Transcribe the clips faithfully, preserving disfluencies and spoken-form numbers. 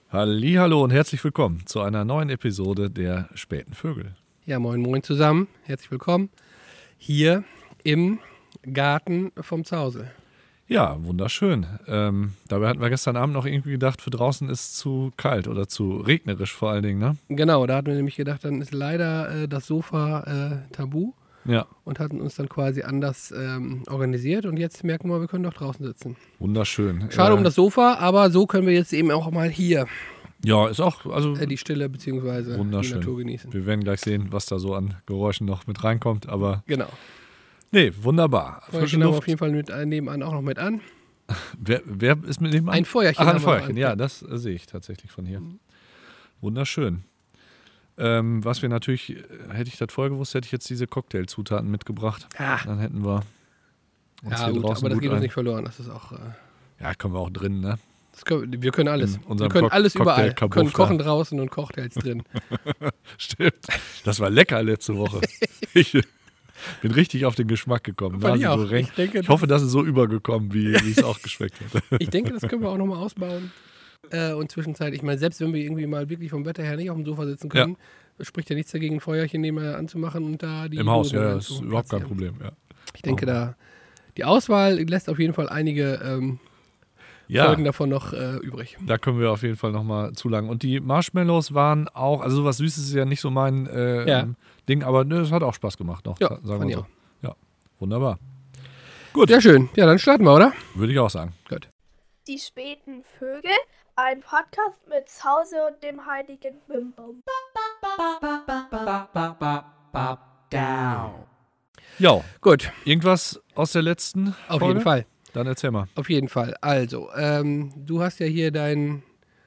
Hallihallo und herzlich willkommen zu einer neuen Episode der Späten Vögel. Ja, moin moin zusammen. Herzlich willkommen hier im Garten vom Zausel. Ja, wunderschön. Ähm, dabei hatten wir gestern Abend noch irgendwie gedacht, für draußen ist zu kalt oder zu regnerisch vor allen Dingen, ne? Genau, da hatten wir nämlich gedacht, dann ist leider äh, das Sofa äh, tabu. Ja. Und hatten uns dann quasi anders ähm, organisiert und jetzt merken wir, wir können doch draußen sitzen. Wunderschön. Schade äh, um das Sofa, aber so können wir jetzt eben auch mal hier Ja, ist auch, also äh, die Stille bzw. die Natur genießen. Wir werden gleich sehen, was da so an Geräuschen noch mit reinkommt, aber Genau. nee, wunderbar. Frische Luft. Auf jeden Fall mit, äh, nebenan auch noch mit an. Wer, wer ist mit nebenan? Ein Feuerchen. Ach, ein Feuerchen, ja, das äh, sehe ich tatsächlich von hier. Mhm. Wunderschön. Ähm, was wir natürlich, hätte ich das vorher gewusst, hätte ich jetzt diese Cocktailzutaten mitgebracht. Ah. Dann hätten wir uns ja, hier gut, draußen aber das gut geht uns ein. nicht verloren. Das ist auch. Äh Ja, können wir auch drin, ne? Das können, wir können alles. In Wir unserem können Co- alles überall. Wir Cocktail-Kabuff können kochen da. draußen und Cocktails drin. Stimmt. Das war lecker letzte Woche. Ich bin richtig auf den Geschmack gekommen. Fand ich, Nase auch. Ich, denke, ich hoffe, das ist so übergekommen, wie wie es auch geschmeckt hat. Ich denke, das können wir auch nochmal ausbauen. Äh, und zwischenzeitlich, ich meine, selbst wenn wir irgendwie mal wirklich vom Wetter her nicht auf dem Sofa sitzen können, ja. spricht ja nichts dagegen, ein Feuerchen nebenan anzumachen und da die Im Haus, Dose ja, ist überhaupt kein Problem. Ja. Ich denke, oh. da die Auswahl lässt auf jeden Fall einige ähm, ja. Folgen davon noch äh, übrig. Da können wir auf jeden Fall nochmal zulangen. Und die Marshmallows waren auch, also sowas Süßes ist ja nicht so mein äh, ja. Ding, aber ne, es hat auch Spaß gemacht noch, ja, sagen wir so. Auch. Ja, wunderbar. Gut. Sehr schön. Ja, dann starten wir, oder? Würde ich auch sagen. Gut. Die späten Vögel, ein Podcast mit Zause und dem heiligen Bimbum. Ja, gut. Irgendwas aus der letzten Auf Folge? jeden Fall. Dann erzähl mal. Auf jeden Fall. Also, ähm, du hast ja hier dein,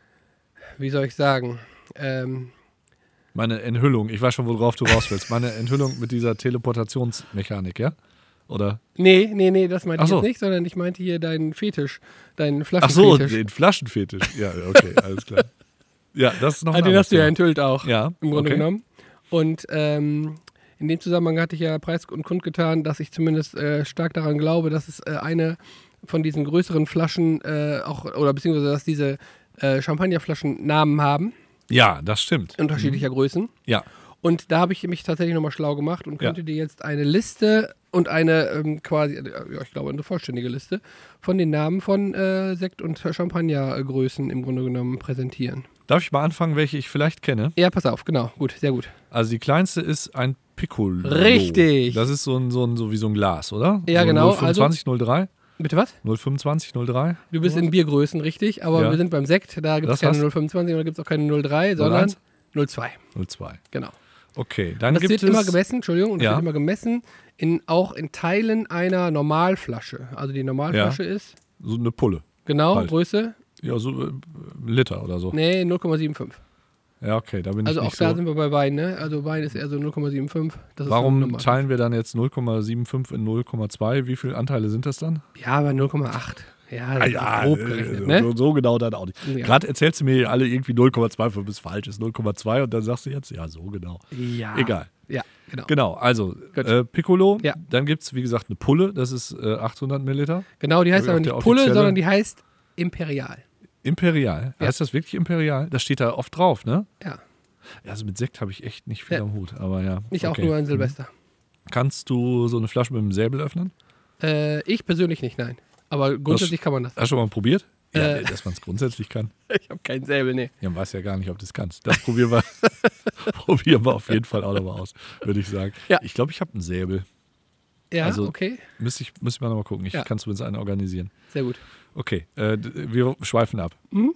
wie soll ich sagen, ähm, meine Enthüllung, ich weiß schon, worauf du raus willst. Meine Enthüllung mit dieser Teleportationsmechanik, ja? Oder? Nee, nee, nee, das meinte Ach ich so. jetzt nicht, sondern ich meinte hier deinen Fetisch, deinen Ach Flaschenfetisch. so, den Flaschenfetisch. Ja, okay, alles klar. Ja, das ist noch ein Ah, den hast du ja Thema. enthüllt auch, Ja, im Grunde okay. genommen. Und ähm, in dem Zusammenhang hatte ich ja preis- und kundgetan, dass ich zumindest äh, stark daran glaube, dass es äh, eine von diesen größeren Flaschen äh, auch, oder beziehungsweise, dass diese äh, Champagnerflaschen Namen haben, Ja, das stimmt. unterschiedlicher Größen. Ja. Und da habe ich mich tatsächlich nochmal schlau gemacht und könnte Ja. dir jetzt eine Liste und eine ähm, quasi, äh, ja, ich glaube, eine vollständige Liste von den Namen von äh, Sekt- und Champagnergrößen im Grunde genommen präsentieren. Darf ich mal anfangen, welche ich vielleicht kenne? Ja, pass auf, genau, gut, sehr gut. Also die kleinste ist ein Piccolo. Richtig. Das ist so ein, so ein, so wie so ein Glas, oder? Ja, so genau, null fünfundzwanzig, null drei? Bitte was? null fünfundzwanzig, null drei? Du bist in Biergrößen, richtig, aber Ja. wir sind beim Sekt, da gibt es Das keine hast- null fünfundzwanzig und da gibt es auch keine null drei, sondern eins? null zwei. null zwei. Genau. Okay, dann Das gibt wird es... immer gemessen, Entschuldigung, und das Ja. wird immer gemessen in, auch in Teilen einer Normalflasche. Also die Normalflasche ist, So eine Pulle. genau, Halt. Größe, Ja, so äh, Liter oder so. nee, null Komma siebenundsiebzig. Ja, okay, da bin Also ich auch nicht da so... sind wir bei Wein, ne? Also Wein ist eher so null Komma siebenundsiebzig. Das ist so Warum normal. teilen wir dann jetzt null Komma siebenundfünfzig in null Komma zwei? Wie viele Anteile sind das dann? Ja, aber null Komma acht. Ja, das ist grob gerechnet, äh, ne? so, so genau dann auch nicht. Ja. Gerade erzählst du mir alle irgendwie null Komma zweiundfünfzig ist falsch, ist null Komma zwei und dann sagst du jetzt, ja, so genau. Ja. Egal. Ja, genau. Genau, also Gut. äh, Piccolo, Ja. dann gibt es, wie gesagt, eine Pulle, das ist äh, achthundert Milliliter. Genau, die heißt Auch aber der nicht Pulle, offizielle- sondern die heißt Imperial. Imperial. Ja. Heißt das wirklich Imperial? Das steht da oft drauf, ne? Ja. Ja, also mit Sekt habe ich echt nicht viel Ja. am Hut, aber ja. Nicht okay. auch nur an Silvester. Kannst du so eine Flasche mit dem Säbel öffnen? Äh, ich persönlich nicht, nein. Aber grundsätzlich kann man das. Hast du schon mal probiert? Ja, Äh. nee, dass man es grundsätzlich kann. Ich habe keinen Säbel, nee. Ja, man weiß ja gar nicht, ob du es kannst. Das probieren wir, probieren wir auf jeden Fall auch nochmal aus, würde ich sagen. Ja. Ich glaube, ich habe einen Säbel. Ja, Also- okay, Müsste ich, müsste ich mal nochmal gucken. Ich Ja. kann zumindest einen organisieren. sehr gut. Okay, äh, d- wir schweifen ab. Mhm.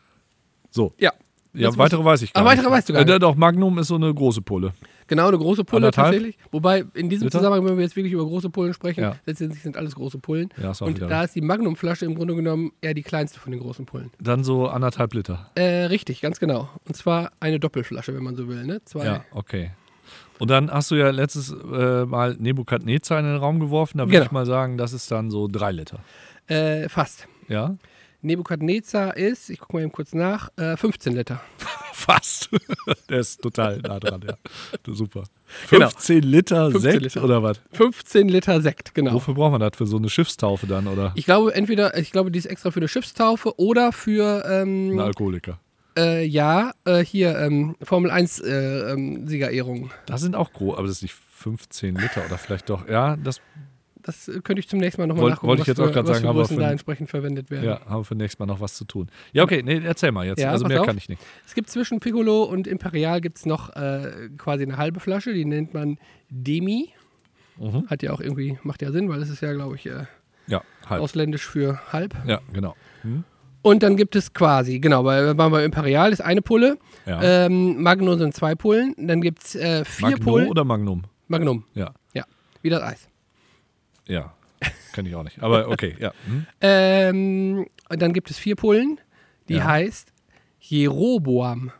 So. Ja. Ja, Jetzt weitere weiß ich gar Ah, nicht. weitere weißt du gar Äh, nicht. Doch, Magnum ist so eine große Pulle. Genau, eine große Pulle Anderthalb? tatsächlich. Wobei in diesem Liter? Zusammenhang, wenn wir jetzt wirklich über große Pullen sprechen, Ja. letztendlich sind alles große Pullen. Ja, ist auch Und wieder da recht. ist die Magnumflasche im Grunde genommen eher die kleinste von den großen Pullen. Dann so anderthalb Liter. Äh, richtig, ganz genau. Und zwar eine Doppelflasche, wenn man so will. Ne? Zwei. Ja, okay. Und dann hast du ja letztes äh, Mal Nebukadnezar in den Raum geworfen. Da würde Genau. ich mal sagen, das ist dann so drei Liter. Äh, fast. Ja? Nebukadnezar ist, ich gucke mal eben kurz nach, äh, fünfzehn Liter. Fast. Der ist total nah dran, ja. Super. Genau. fünfzehn Liter fünfzehn Sekt Liter. oder was? fünfzehn Liter Sekt, genau. Wofür braucht man das? Für so eine Schiffstaufe dann, oder? Ich glaube, entweder, ich glaube, die ist extra für eine Schiffstaufe oder für, Ein ähm, Alkoholiker. Äh, ja, äh, hier, ähm, Formel eins äh, ähm, Siegerehrungen. Da sind auch groß, aber das ist nicht fünfzehn Liter oder vielleicht doch. Ja, das Das äh, könnte ich zum nächsten Mal nochmal Wollt- nachgucken, wollte ich was jetzt auch für, grad was sagen, für aber Größen für- da entsprechend verwendet werden. ja, haben wir für nächstes Mal noch was zu tun. Ja, okay, nee, erzähl mal jetzt. Ja, also pass mehr auf. kann ich nicht. Es gibt zwischen Piccolo und Imperial gibt's noch äh, quasi eine halbe Flasche, die nennt man Demi. Mhm. Hat ja auch irgendwie, macht ja Sinn, weil es ist ja, glaube ich, äh, Ja, halb. ausländisch für halb. Ja, genau. Hm? Und dann gibt es quasi, genau, bei, bei Imperial ist eine Pulle, Ja. ähm, Magnum sind zwei Pullen, dann gibt es äh, vier Magnum Pullen. oder Magnum? Magnum, Ja, ja, wie das Eis. ja. Kenne ich auch nicht. Aber okay, ja. Hm? Ähm, und dann gibt es vier Pullen, die Ja. heißt Jeroboam.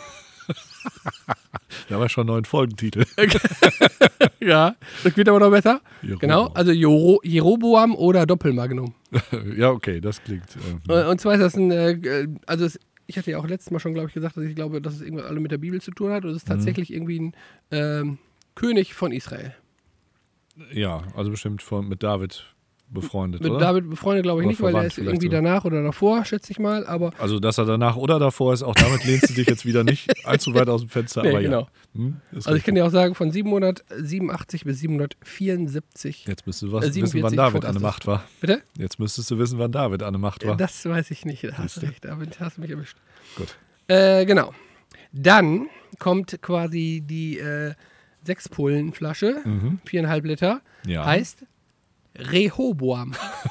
Da war schon ein neuen Folgentitel. Ja, das wird aber noch besser. Jeroboam. Genau, also Jero Jeroboam oder Doppelmagnum. Ja, okay, das klingt. Ähm, Äh, Und zwar ist das ein, äh, also es, ich hatte ja auch letztes Mal schon, glaube ich, gesagt, dass ich glaube, dass es irgendwas alle mit der Bibel zu tun hat. Und es ist Mhm. tatsächlich irgendwie ein ähm, König von Israel. ja, also bestimmt von, mit David befreundet, Mit oder? David befreundet, glaube ich Oder nicht, weil er verwandt ist vielleicht irgendwie sogar. danach oder davor, schätze ich mal. Aber Also, dass er danach oder davor ist, auch damit lehnst du dich jetzt wieder nicht allzu weit aus dem Fenster. Nee, aber genau. ja. Hm, ist also ich richtig. kann dir auch sagen, von siebenhundertsiebenundachtzig bis siebenhundertvierundsiebzig. Jetzt müsstest du was äh, wissen, wann siebenundvierzig David vor an der Christus. Macht war. Bitte? Jetzt müsstest du wissen, wann David an der Macht war. Das weiß ich nicht. Da hast du Siehste. recht. Da hast du mich erwischt. Gut. Äh, genau. Dann kommt quasi die äh, Sechs-Pullen-Flasche, Mhm. viereinhalb Liter, Ja. heißt Rehoboam.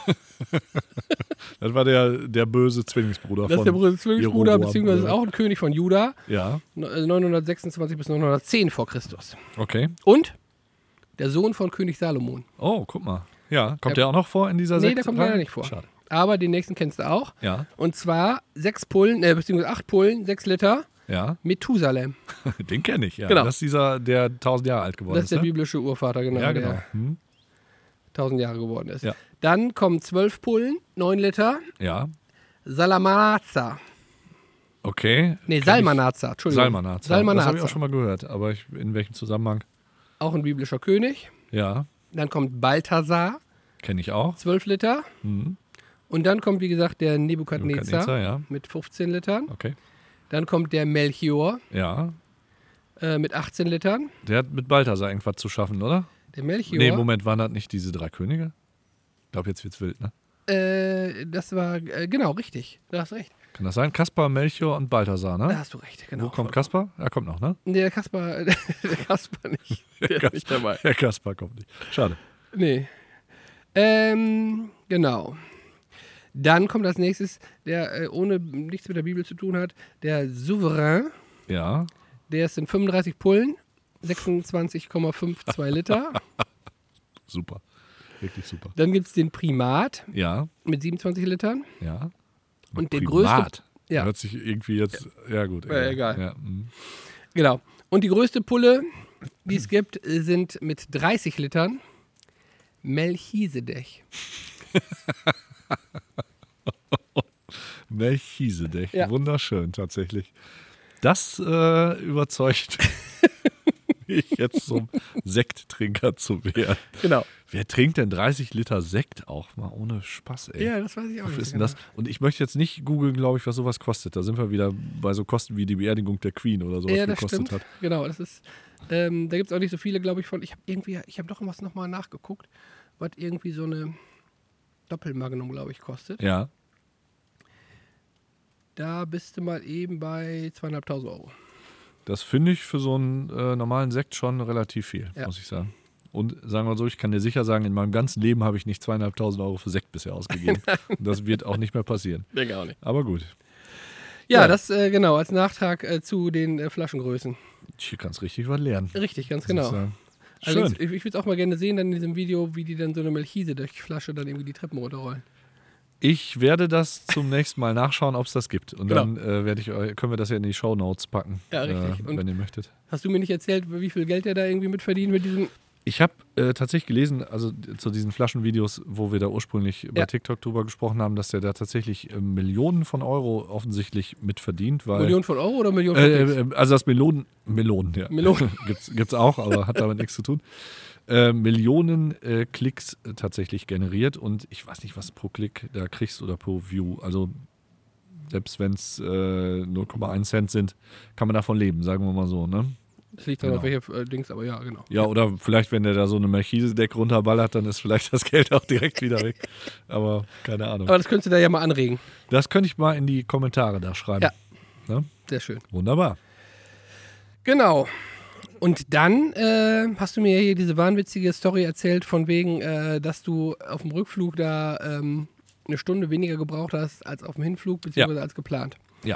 Das war der, der böse Zwillingsbruder Das ist von der Bruder Zwillingsbruder, Jeroboam, beziehungsweise ist ja. auch ein König von Juda, Ja, neunhundertsechsundzwanzig bis neunhundertzehn vor Christus. okay. Und der Sohn von König Salomon. Oh, guck mal. Ja, kommt Äh, der auch noch vor in dieser Nee, Sekt der kommt rein? leider nicht vor. Schade. Aber den nächsten kennst du auch. Ja, Und zwar sechs Pullen, äh, beziehungsweise acht Pullen, sechs Liter, ja. Methusalem. Den kenne ich, ja. Genau. Das ist dieser, der tausend Jahre alt geworden Das ist. ist der ne? biblische Urvater, genau, Ja, genau. der Hm. tausend Jahre geworden ist. Ja. Dann kommen zwölf Pullen, neun Liter, Ja, Salamanazza. okay. Nee, Kenn Salmanazza, Entschuldigung. ich. Salmanazar. Das Salmanazza. habe ich auch schon mal gehört, aber ich, in welchem Zusammenhang? Auch ein biblischer König. Ja, Dann kommt Balthasar, kenne ich auch. zwölf Liter. Mhm. Und dann kommt, wie gesagt, der Nebukadnezar Nebukadnezar, ja. mit fünfzehn Litern. Okay. Dann kommt der Melchior Ja, äh, mit achtzehn Litern. der hat mit Balthasar irgendwas zu schaffen, oder? Der Melchior, Nee, Moment, waren das nicht diese drei Könige? Ich glaube, jetzt wird's wild, ne? äh, das war, äh, genau, richtig. Du hast recht. Kann das sein? Kaspar, Melchior und Balthasar, Da ne? hast du recht, genau. Wo kommt Kaspar? Er kommt noch, ne? Nee, der Kaspar, der Kaspar nicht. Der ist nicht dabei. Der Kaspar kommt nicht. Schade. Nee. Ähm, genau. Dann kommt als nächstes, der äh, ohne nichts mit der Bibel zu tun hat, der Souverän. Ja, Der ist in fünfunddreißig Pullen, sechsundzwanzig Komma zwei Liter. super. Wirklich super. Dann gibt es den Primat Ja, mit siebenundzwanzig Litern. ja. Und der Primat. größte. Ja, Hört sich irgendwie jetzt. Ja, gut. Ja, egal. Ja, mhm. genau. Und die größte Pulle, die es gibt, äh, sind mit dreißig Litern Melchisedech. Melchisedech. Ja. Wunderschön, tatsächlich. Das äh, überzeugt mich jetzt zum Sekttrinker zu werden. Genau. Wer trinkt denn dreißig Liter Sekt auch mal ohne Spaß, ey? Ja, das weiß ich auch Wofür nicht. ist denn genau. das? Und ich möchte jetzt nicht googeln, glaube ich, was sowas kostet. Da sind wir wieder bei so Kosten wie die Beerdigung der Queen oder sowas Ja, das gekostet stimmt. hat. Genau, das ist, ähm, da gibt es auch nicht so viele, glaube ich, von. Ich habe irgendwie, ich habe doch was nochmal nachgeguckt, was irgendwie so eine Doppelmagnum, glaube ich, kostet. Ja. Da bist du mal eben bei zweieinhalbtausend Euro. Das finde ich für so einen äh, normalen Sekt schon relativ viel, Ja. muss ich sagen. Und sagen wir so, ich kann dir sicher sagen, in meinem ganzen Leben habe ich nicht zweieinhalbtausend Euro für Sekt bisher ausgegeben. Und das wird auch nicht mehr passieren. Denke auch nicht. Aber gut. Ja, Ja. das äh, genau, als Nachtrag äh, zu den äh, Flaschengrößen. Hier kannst richtig was lernen. Richtig, ganz muss ich genau. sagen. Also Schön. ich, ich würde es auch mal gerne sehen, dann in diesem Video, wie die dann so eine Melchisedech-Flasche dann irgendwie die Treppen runterrollen. Ich werde das zum nächsten Mal nachschauen, ob es das gibt. Und Genau. dann äh, werde ich, eu- können wir das ja in die Shownotes packen, Ja, richtig. äh, Und- wenn ihr möchtet. Hast du mir nicht erzählt, wie viel Geld der da irgendwie mit verdient mit diesem? Ich habe äh, tatsächlich gelesen, also d- zu diesen Flaschenvideos, wo wir da ursprünglich bei Ja. TikTok drüber gesprochen haben, dass der da tatsächlich äh, Millionen von Euro offensichtlich mit verdient. Weil, Millionen von Euro oder Millionen von äh, Klicks? äh, also das Melonen, Melonen, ja. Melonen. gibt's, gibt's auch, aber hat damit nichts zu tun. Äh, Millionen äh, Klicks äh, tatsächlich generiert und ich weiß nicht, was pro Klick da kriegst oder pro View. Also selbst wenn es äh, null Komma eins Cent sind, kann man davon leben, sagen wir mal so, ne? Das liegt dann Genau. auf welche äh, Dings, aber ja, genau. Ja, oder vielleicht, wenn der da so eine Markise-Deck runterballert, dann ist vielleicht das Geld auch direkt wieder weg. Aber keine Ahnung. Aber das könntest du da ja mal anregen. Das könnte ich mal in die Kommentare da schreiben. Ja. Ne? Sehr schön. Wunderbar. Genau. Und dann äh, hast du mir hier diese wahnwitzige Story erzählt, von wegen, äh, dass du auf dem Rückflug da ähm, eine Stunde weniger gebraucht hast als auf dem Hinflug, beziehungsweise als geplant. Ja.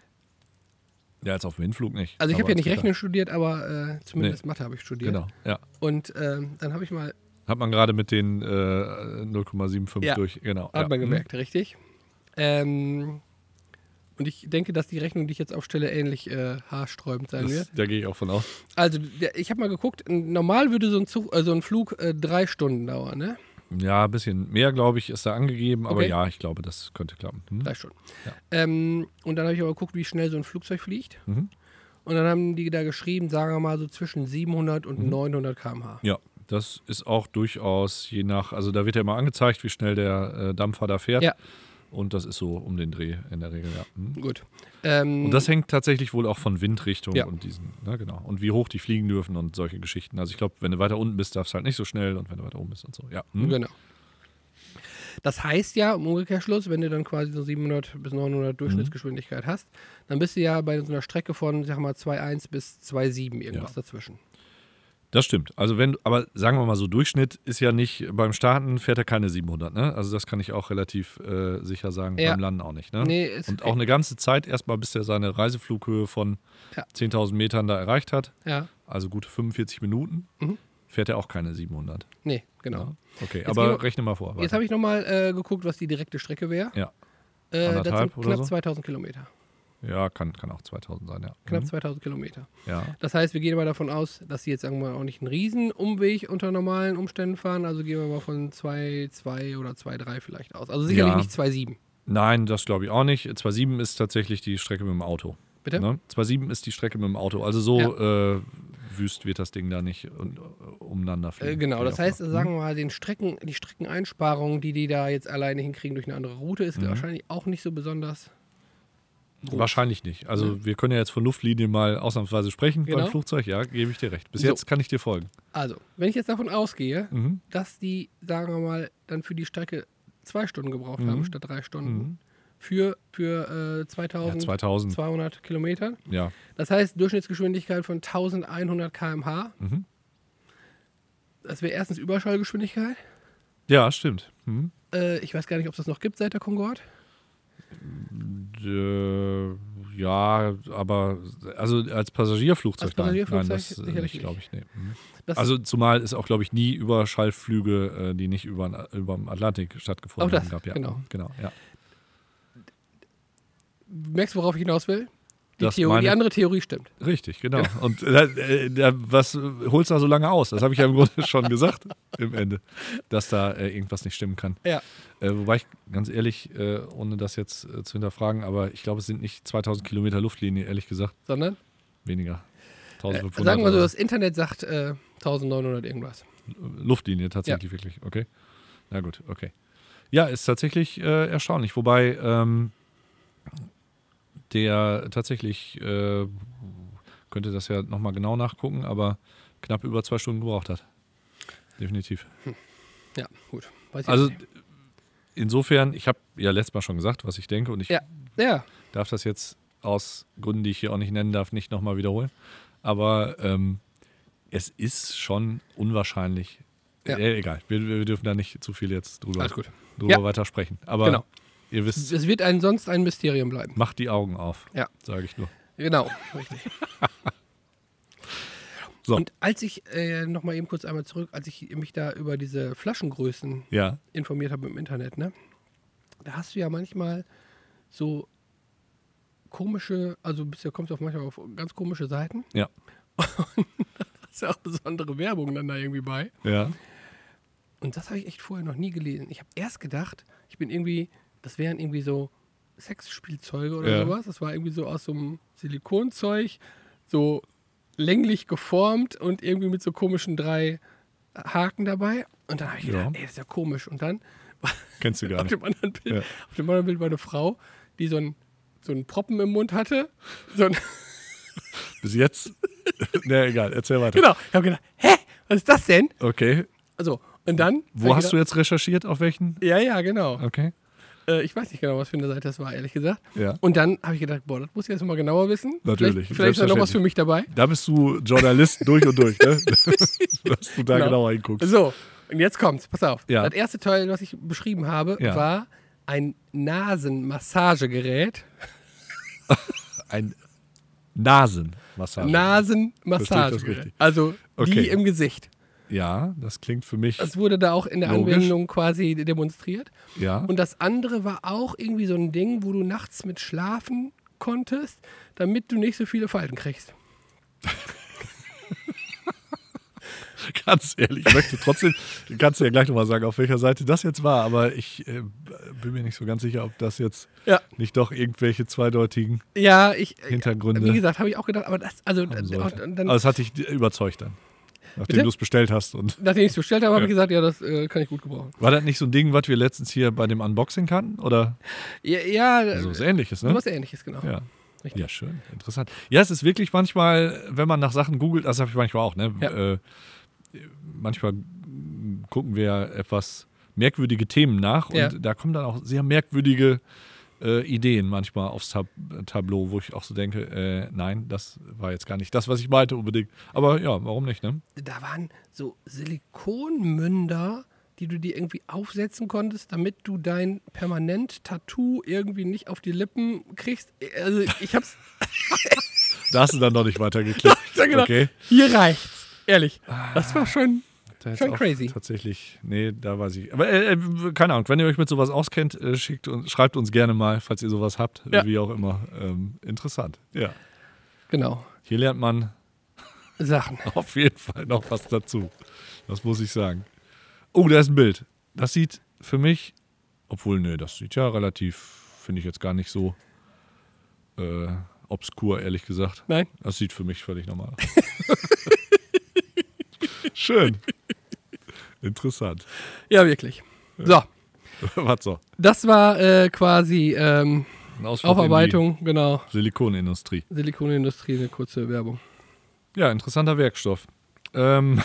Ja, jetzt auf dem Hinflug nicht. Also ich aber habe ja nicht als Rechnen studiert, aber äh, zumindest Nee. Mathe habe ich studiert. Genau, ja. Und ähm, dann habe ich mal, Hat man gerade mit den äh, null Komma fünfundsiebzig Ja. durch, genau. hat ja. man Hm. gemerkt, richtig. Ähm, und ich denke, dass die Rechnung, die ich jetzt aufstelle, ähnlich äh, haarsträubend sein wird. Das, da gehe ich auch von aus. Also der, ich habe mal geguckt, normal würde so ein, Zug, äh, so ein Flug äh, drei Stunden dauern, ne? Ja, ein bisschen mehr, glaube ich, ist da angegeben, aber Okay. ja, ich glaube, das könnte klappen. Hm? Drei Stunden. Ja. Ähm, und dann habe ich aber geguckt, wie schnell so ein Flugzeug fliegt. Mhm. Und dann haben die da geschrieben, sagen wir mal so zwischen siebenhundert und Mhm. neunhundert Kilometer pro Stunde. Ja, das ist auch durchaus je nach, also da wird ja immer angezeigt, wie schnell der äh, Dampfer da fährt. Ja. Und das ist so um den Dreh in der Regel, ja. Hm. Gut. Ähm, Und das hängt tatsächlich wohl auch von Windrichtung Ja. und diesen, ne, genau. Und wie hoch die fliegen dürfen und solche Geschichten. Also ich glaube, wenn du weiter unten bist, darfst du halt nicht so schnell und wenn du weiter oben bist und so, ja. Hm. Genau. Das heißt ja, im Umkehrschluss, wenn du dann quasi so siebenhundert bis neunhundert Durchschnittsgeschwindigkeit hast, dann bist du ja bei so einer Strecke von, sag mal, zwei Komma eins bis zwei Komma sieben irgendwas Ja. dazwischen. Das stimmt. Also wenn, aber sagen wir mal so, Durchschnitt ist ja nicht, beim Starten fährt er keine siebenhundert, ne? Also das kann ich auch relativ äh, sicher sagen, Ja. beim Landen auch nicht, ne? Nee, ist Und auch eine ganze Zeit erstmal, bis er seine Reiseflughöhe von Ja. zehntausend Metern da erreicht hat, Ja, also gute fünfundvierzig Minuten, Mhm. fährt er auch keine siebenhundert. nee, genau. Ja. Okay, Jetzt aber gehen wir- rechne mal vor. Jetzt habe ich nochmal äh, geguckt, was die direkte Strecke wäre. Ja. Äh, das Anderthalb sind oder knapp so? zweitausend Kilometer. Ja, kann, kann auch zweitausend sein, ja. Knapp Mhm. zweitausend Kilometer. Ja. Das heißt, wir gehen mal davon aus, dass sie jetzt, sagen wir mal, auch nicht einen riesen Umweg unter normalen Umständen fahren. Also gehen wir mal von zwei Komma zwei oder zwei Komma drei vielleicht aus. Also sicherlich Ja. nicht zwei Komma sieben. Nein, das glaube ich auch nicht. zwei Komma sieben ist tatsächlich die Strecke mit dem Auto. Bitte? Ne? zwei Komma sieben ist die Strecke mit dem Auto. Also so äh, wüst wird das Ding da nicht und, äh, umeinander fliegen. Äh, genau, Gehe das ich auch heißt, von aus. sagen wir mal, den Strecken, die Streckeneinsparung, die die da jetzt alleine hinkriegen durch eine andere Route, ist Mhm. wahrscheinlich auch nicht so besonders. groß. Wahrscheinlich nicht. Also wir können ja jetzt von Luftlinien mal ausnahmsweise sprechen Genau. beim Flugzeug. Ja, gebe ich dir recht. Bis So. jetzt kann ich dir folgen. Also, wenn ich jetzt davon ausgehe, Mhm. dass die, sagen wir mal, dann für die Strecke zwei Stunden gebraucht Mhm. haben statt drei Stunden Mhm. für, für äh, Ja, zweitausendzweihundert zweitausend. Kilometer. Ja. Das heißt, Durchschnittsgeschwindigkeit von eintausendeinhundert Kilometer pro Stunde. Mhm. Das wäre erstens Überschallgeschwindigkeit. Ja, stimmt. Mhm. Äh, ich weiß gar nicht, ob es das noch gibt seit der Concorde. Äh, ja, aber also als Passagierflugzeug, Als Passagierflugzeug nein, nein, das äh, sicherlich nicht, glaube ich, nee. Mhm. Das Also zumal es auch, glaube ich, nie Überschallflüge, äh, die nicht über, über dem Atlantik stattgefunden Auch das, haben, gab. Ja. genau. genau ja. merkst du, worauf ich hinaus will? Die, Das Theorie, meine- die andere Theorie stimmt. Richtig, genau. Und äh, äh, da, was holst du da so lange aus? Das habe ich ja im Grunde schon gesagt im Ende, dass da äh, irgendwas nicht stimmen kann. Ja. Äh, wobei ich ganz ehrlich, äh, ohne das jetzt äh, zu hinterfragen, aber ich glaube, es sind nicht zweitausend Kilometer Luftlinie, ehrlich gesagt, Sondern, weniger. äh, eintausendfünfhundert sagen wir so, oder das Internet sagt äh, eintausendneunhundert irgendwas. Luftlinie tatsächlich wirklich, okay. Na gut, okay. Ja, ist tatsächlich äh, erstaunlich. Wobei ähm, der tatsächlich, äh, könnte das ja nochmal genau nachgucken, aber knapp über zwei Stunden gebraucht hat. Definitiv. Ja, gut. Weiß ich Also nicht. insofern, ich habe ja letztes Mal schon gesagt, was ich denke und ich Ja. Ja, darf das jetzt aus Gründen, die ich hier auch nicht nennen darf, nicht nochmal wiederholen. Aber ähm, es ist schon unwahrscheinlich. Ja. Äh, egal, wir, wir dürfen da nicht zu viel jetzt drüber, alles gut. drüber Ja. weiter sprechen. Aber Genau. ihr wisst, Es wird ein, sonst ein Mysterium bleiben. macht die Augen auf, Ja. sage ich nur. Genau, richtig. So. Und als ich, äh, nochmal eben kurz einmal zurück, als ich mich da über diese Flaschengrößen Ja, informiert habe im Internet, ne? Da hast du ja manchmal so komische, also bist ja, kommst du auf manchmal auf ganz komische Seiten. Ja. Und da ist ja auch besondere Werbung dann da irgendwie bei. ja. Und das habe ich echt vorher noch nie gelesen. Ich habe erst gedacht, ich bin irgendwie, das wären irgendwie so Sexspielzeuge oder Ja. sowas. Das war irgendwie so aus so einem Silikonzeug, so länglich geformt und irgendwie mit so komischen drei Haken dabei. Und dann habe ich Ja. gedacht, ey, das ist ja komisch. Und dann Kennst du gar auf nicht. dem anderen Bild, Ja. auf dem anderen Bild war eine Frau, die so ein so einen Proppen im Mund hatte. So ein Bis jetzt? Ne, egal, erzähl weiter. genau. Ich habe gedacht, hä, was ist das denn? Okay. Also, und dann. Wo hast du jetzt recherchiert? Auf welchen? Ja, ja, genau. Okay. Äh, ich weiß nicht genau, was für eine Seite das war, ehrlich gesagt. Ja. Und dann habe ich gedacht, boah, das muss ich jetzt mal genauer wissen. Natürlich. Vielleicht, vielleicht ist da noch was für mich dabei. Da bist du Journalist durch und durch, ne? Dass du da Genau. genauer hinguckst. So, und jetzt kommt's, pass auf. Ja. Das erste Teil, was ich beschrieben habe, Ja. war ein Nasenmassagegerät. Ein Nasenmassage. Verstehe ich das Nasenmassagegerät. richtig? Also Okay. die im Gesicht. Ja, das klingt für mich. Das wurde da auch in der Logisch. Anwendung quasi demonstriert. Ja. Und das andere war auch irgendwie so ein Ding, wo du nachts mit schlafen konntest, damit du nicht so viele Falten kriegst. Ganz ehrlich, ich möchte trotzdem, kannst du ja gleich nochmal sagen, auf welcher Seite das jetzt war, aber ich äh, bin mir nicht so ganz sicher, ob das jetzt Ja. nicht doch irgendwelche zweideutigen Ja, ich. Hintergründe Wie gesagt, habe ich auch gedacht, aber das, also, haben und sollte. dann, Aber es hat dich überzeugt dann, nachdem Bitte? du es bestellt hast. Und nachdem ich es bestellt habe, habe Ja. ich gesagt, ja, das äh, kann ich gut gebrauchen. war das nicht so ein Ding, was wir letztens hier bei dem Unboxing hatten? Oder Ja, ja so äh, was Ähnliches, ne? was Ähnliches, genau. Ja. Richtig. Ja, schön, interessant. Ja, es ist wirklich manchmal, wenn man nach Sachen googelt, das habe ich manchmal auch, ne? Ja. Äh, manchmal gucken wir ja etwas merkwürdige Themen nach und Ja. da kommen dann auch sehr merkwürdige äh, Ideen manchmal aufs Tab Tableau, wo ich auch so denke, äh, nein, das war jetzt gar nicht das, was ich meinte unbedingt. Aber ja, warum nicht, ne? Da waren so Silikonmünder, die du dir irgendwie aufsetzen konntest, damit du dein Permanent-Tattoo irgendwie nicht auf die Lippen kriegst. Also ich hab's. Da hast du dann noch nicht weitergeklickt. Ja, genau. Okay. Hier reicht's. Ehrlich. Das war schon. Da ist Schon auch crazy. Tatsächlich, nee, da weiß ich. Aber äh, äh, keine Ahnung, wenn ihr euch mit sowas auskennt, äh, schickt uns, schreibt uns gerne mal, falls ihr sowas habt, Ja. wie auch immer. Ähm, interessant. Ja. Genau. Hier lernt man Sachen. auf jeden Fall noch was dazu. Das muss ich sagen. Oh, da ist ein Bild. Das sieht für mich, obwohl, nee, das sieht ja relativ, finde ich jetzt gar nicht so äh, obskur, ehrlich gesagt. Nein? Das sieht für mich völlig normal aus. Schön. Interessant. Ja, wirklich. So, Was so? das war äh, quasi ähm, Ein Ausflug Aufarbeitung, genau. in die Silikonindustrie. Silikonindustrie, eine kurze Werbung. Ja, interessanter Werkstoff. Ähm.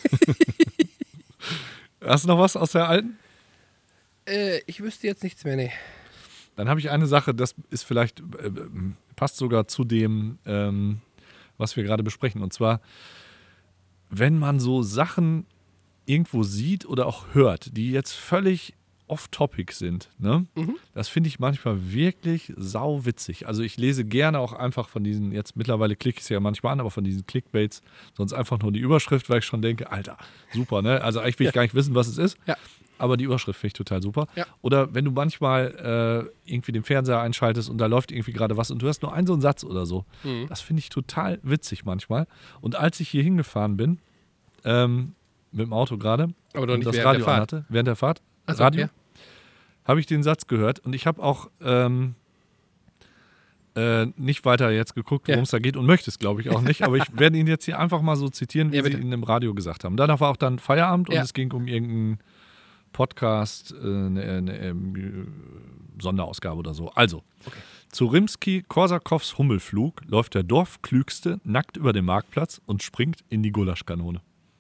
Hast du noch was aus der alten? Äh, ich wüsste jetzt nichts mehr, nee. Dann habe ich eine Sache, das ist vielleicht, äh, passt sogar zu dem, ähm, was wir gerade besprechen. Und zwar, wenn man so Sachen irgendwo sieht oder auch hört, die jetzt völlig off-topic sind, ne? Mhm. Das finde ich manchmal wirklich sauwitzig. Also ich lese gerne auch einfach von diesen, jetzt mittlerweile klicke ich es ja manchmal an, aber von diesen Clickbaits, sonst einfach nur die Überschrift, weil ich schon denke, Alter, super, ne? Also eigentlich will ich Ja. gar nicht wissen, was es ist. Ja. Aber die Überschrift finde ich total super. Ja. Oder wenn du manchmal äh, irgendwie den Fernseher einschaltest und da läuft irgendwie gerade was und du hast nur einen so einen Satz oder so. Mhm. Das finde ich total witzig manchmal. Und als ich hier hingefahren bin, ähm, mit dem Auto gerade, Aber doch und nicht das während Radio der Fahrt. anhatte, während der Fahrt, Ach so, Radio, ja. habe ich den Satz gehört und ich habe auch ähm, äh, nicht weiter jetzt geguckt, worum Ja. es da geht und möchte es, glaube ich, auch nicht. Aber ich werde ihn jetzt hier einfach mal so zitieren, wie Ja, sie bitte. ihn im Radio gesagt haben. Danach war auch dann Feierabend und Ja. es ging um irgendeinen Podcast, äh, eine, eine ähm, Sonderausgabe oder so. Also, zu Rimski-Korsakows Hummelflug läuft der Dorfklügste nackt über den Marktplatz und springt in die Gulaschkanone.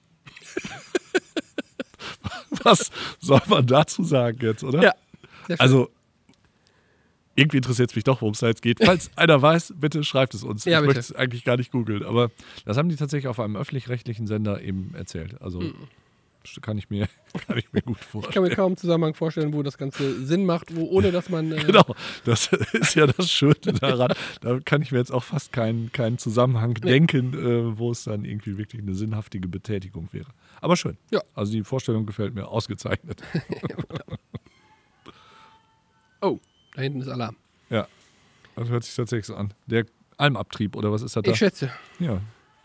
Was soll man dazu sagen jetzt, oder? Ja. Sehr schön. Also, irgendwie interessiert es mich doch, worum es da jetzt geht. Falls einer weiß, bitte schreibt es uns. Ja, ich bitte. möchte es eigentlich gar nicht googeln, aber das haben die tatsächlich auf einem öffentlich-rechtlichen Sender eben erzählt. Also kann ich mir, kann ich mir gut ich kann mir vorstellen. kaum einen Zusammenhang vorstellen, wo das Ganze Sinn macht, wo, ohne dass man. Äh, Genau, das ist ja das Schöne daran. Da kann ich mir jetzt auch fast keinen, keinen Zusammenhang denken, äh, wo es dann irgendwie wirklich eine sinnhaftige Betätigung wäre. Aber schön. Ja. Also die Vorstellung gefällt mir ausgezeichnet. Oh, da hinten ist Alarm. Ja, das hört sich tatsächlich so an. Der Almabtrieb oder was ist das da? Ich schätze. Ja.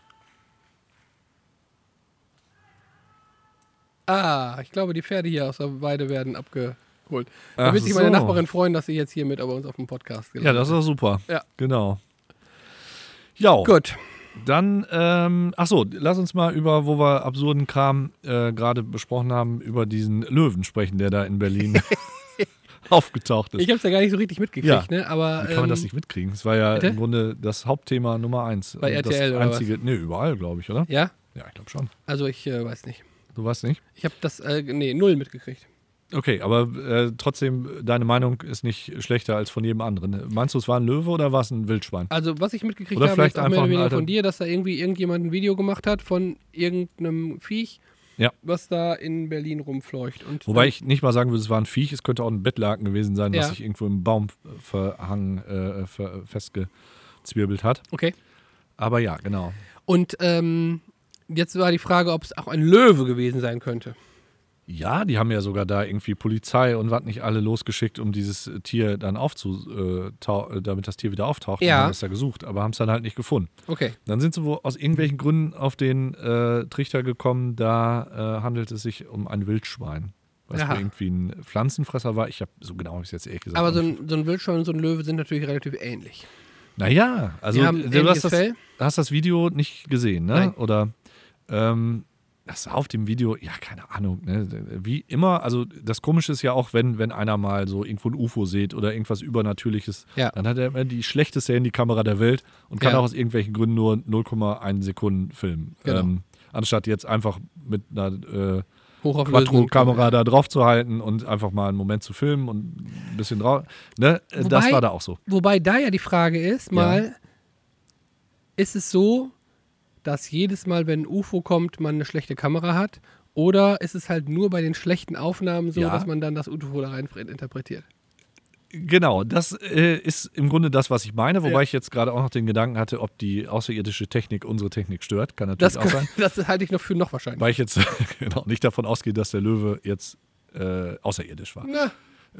Ah, ich glaube, die Pferde hier aus der Weide werden abgeholt. Ach Da wird sich meine so. Nachbarin freuen, dass sie jetzt hier mit bei uns auf dem Podcast Ja, das ist doch super. Ja. Genau. Ja, Gut. dann, ähm, ach so, lass uns mal über, wo wir absurden Kram äh, gerade besprochen haben, über diesen Löwen sprechen, der da in Berlin aufgetaucht ist. Ich habe es ja gar nicht so richtig mitgekriegt, Ja. ne? Aber, Wie kann man ähm, das nicht mitkriegen? Das war ja bitte? im Grunde das Hauptthema Nummer eins. Bei Und R T L das oder was? einzige, Nee, überall, glaube ich, oder? Ja? Ja, ich glaube schon. Also ich äh, weiß nicht. Du weißt nicht? Ich habe das, äh, nee, null mitgekriegt. Okay, aber äh, trotzdem, deine Meinung ist nicht schlechter als von jedem anderen. Meinst du, es war ein Löwe oder war es ein Wildschwein? Also was ich mitgekriegt Oder habe, vielleicht ist auch einfach mehr oder ein weniger alter- von dir, dass da irgendwie irgendjemand ein Video gemacht hat von irgendeinem Viech, Ja. was da in Berlin rumfleucht. Und Wobei ich nicht mal sagen würde, es war ein Viech, es könnte auch ein Bettlaken gewesen sein, was Ja. sich irgendwo im Baum verhangen, äh, ver festgezwirbelt hat. Okay. Aber ja, genau. Und ähm, jetzt war die Frage, ob es auch ein Löwe gewesen sein könnte. Ja, die haben ja sogar da irgendwie Polizei und was nicht alle losgeschickt, um dieses Tier dann aufzutauchen, damit das Tier wieder auftaucht. Ja. Und haben es da gesucht, aber haben es dann halt nicht gefunden. Okay. Dann sind sie wohl aus irgendwelchen Gründen auf den äh, Trichter gekommen, da äh, handelt es sich um ein Wildschwein. Was Aha. irgendwie ein Pflanzenfresser war. Ich habe so genau habe ich es jetzt ehrlich gesagt. Aber so nicht- ein, so ein Wildschwein und so ein Löwe sind natürlich relativ ähnlich. Naja, also Die haben du ähnliches hast das, Fell. hast das Video nicht gesehen, ne? Nein. Oder ähm, das auf dem Video, ja, keine Ahnung, ne? Wie immer, also das Komische ist ja auch, wenn, wenn einer mal so irgendwo ein U F O sieht oder irgendwas Übernatürliches, Ja. dann hat er immer die schlechteste Handykamera der Welt und kann Ja. auch aus irgendwelchen Gründen nur null Komma eins Sekunden filmen. Genau. Ähm, anstatt jetzt einfach mit einer äh, Hochauflösend. Quattro-Kamera da drauf zu halten und einfach mal einen Moment zu filmen und ein bisschen drauf. Ne? Äh, das Wobei- war da auch so. Wobei da ja die Frage ist, mal, ist es so, dass jedes Mal, wenn ein U F O kommt, man eine schlechte Kamera hat? Oder ist es halt nur bei den schlechten Aufnahmen so, Ja. dass man dann das U F O da rein interpretiert? Genau, das äh, ist im Grunde das, was ich meine, wobei Ja. ich jetzt gerade auch noch den Gedanken hatte, ob die außerirdische Technik unsere Technik stört. Kann natürlich Das, auch sein. das halte ich noch für noch wahrscheinlich. Weil ich jetzt genau, nicht davon ausgehe, dass der Löwe jetzt äh, außerirdisch war. Na,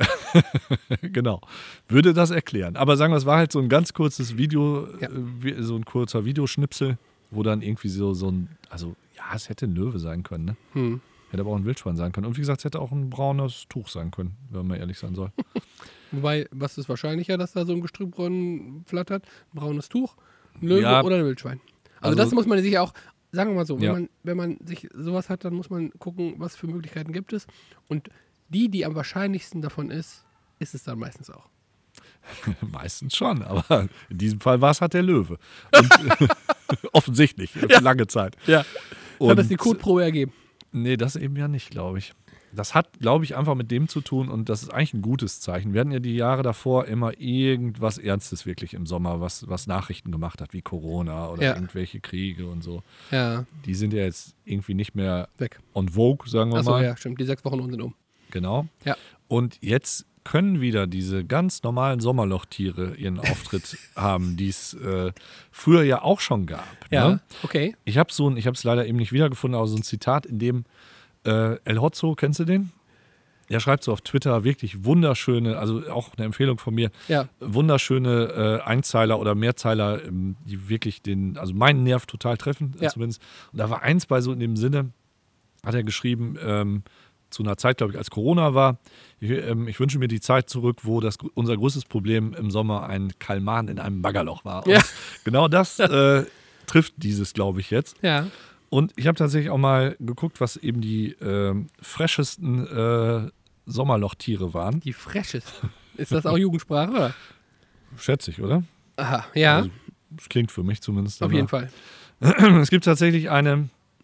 Genau. Würde das erklären. Aber sagen wir, es war halt so ein ganz kurzes Video, Ja. äh, wie- so ein kurzer Videoschnipsel, wo dann irgendwie so, so ein, also ja, es hätte ein Löwe sein können, ne? hm. Hätte aber auch ein Wildschwein sein können. Und wie gesagt, es hätte auch ein braunes Tuch sein können, wenn man ehrlich sein soll. Wobei, was ist wahrscheinlicher, dass da so ein Gestrüpp drin flattert? Ein braunes Tuch, ein Löwe Ja. oder ein Wildschwein? Also, Also- das muss man sich auch, sagen wir mal so, wenn, Ja. man, wenn man sich sowas hat, dann muss man gucken, was für Möglichkeiten gibt es. Und die, die am wahrscheinlichsten davon ist, ist es dann meistens auch. Meistens schon, aber in diesem Fall war es halt der Löwe. Und, offensichtlich, für lange Zeit. Ja. Und, Hat das die Kotprobe ergeben? Nee, das eben ja nicht, glaube ich. Das hat, glaube ich, einfach mit dem zu tun und das ist eigentlich ein gutes Zeichen. Wir hatten ja die Jahre davor immer irgendwas Ernstes wirklich im Sommer, was, was Nachrichten gemacht hat, wie Corona oder Ja. irgendwelche Kriege und so. Ja, Die sind ja jetzt irgendwie nicht mehr weg. on vogue, sagen wir Achso, mal. ja, stimmt. Die sechs Wochen sind um. Genau. Ja. Und jetzt können wieder diese ganz normalen Sommerlochtiere ihren Auftritt haben, die es äh, früher ja auch schon gab. Ja, Ne? okay. Ich habe so ein, ich habe es leider eben nicht wiedergefunden, aber so ein Zitat, in dem äh, El Hotzo, kennst du den? Er schreibt so auf Twitter wirklich wunderschöne, also auch eine Empfehlung von mir, Ja. wunderschöne äh, Einzeiler oder Mehrzeiler, ähm, die wirklich den, also meinen Nerv total treffen, äh, Ja. zumindest. Und da war eins bei so in dem Sinne, hat er geschrieben, ähm, zu einer Zeit, glaube ich, als Corona war. Ich, ähm, ich wünsche mir die Zeit zurück, wo das, unser größtes Problem im Sommer ein Kalman in einem Baggerloch war. Und Ja. genau das äh, trifft dieses, glaube ich, jetzt. Ja. Und ich habe tatsächlich auch mal geguckt, was eben die ähm, freschesten äh, Sommerlochtiere waren. Die Freshes. Ist das auch Jugendsprache, oder? Schätze ich, oder? Aha, ja, Also, das klingt für mich zumindest. auf jeden Fall. Es gibt tatsächlich eine,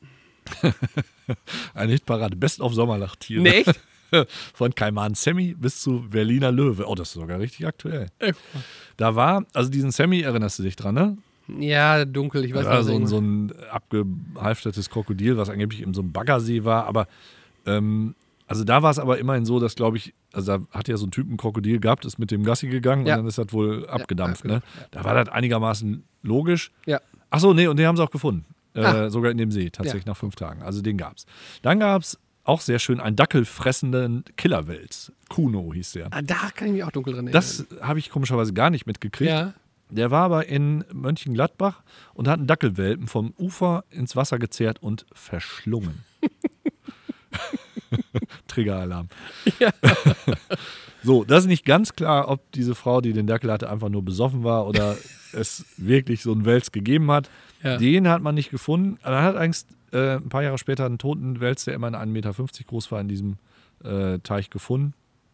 eine Hitparade Best of Sommerlochtiere. Nee, echt? Von Kaiman Sammy bis zu Berliner Löwe. Oh, das ist sogar richtig aktuell. Äh, Da war, also diesen Sammy, erinnerst du dich dran, ne? Ja, dunkel, ich weiß Das war nicht. so ein, was so ein abgehalftertes Krokodil, was angeblich in so einem Baggersee war. Aber, ähm, also da war es aber immerhin so, dass, glaube ich, also da hat ja so ein Typ ein Krokodil gehabt, ist mit dem Gassi gegangen Ja. und dann ist das wohl abgedampft. Ne? abgedampft, Da war das einigermaßen logisch. Ja. Achso, nee, und den haben sie auch gefunden. Äh, Ah. sogar in dem See, tatsächlich Ja. nach fünf Tagen. Also den gab's. Dann gab's auch sehr schön einen dackelfressenden Killerwels. Kuno hieß der. Ah, da kann ich mich auch dunkel dran erinnern. Das habe ich komischerweise gar nicht mitgekriegt. ja. Der war aber in Mönchengladbach und hat einen Dackelwelpen vom Ufer ins Wasser gezerrt und verschlungen. Triggeralarm. Ja. So, das ist nicht ganz klar, ob diese Frau, die den Dackel hatte, einfach nur besoffen war oder es wirklich so einen Wels gegeben hat. Ja. Den hat man nicht gefunden. Aber man hat eigentlich äh, ein paar Jahre später einen toten Wels, der immer einen ein Meter fünfzig groß war, in diesem äh, Teich gefunden.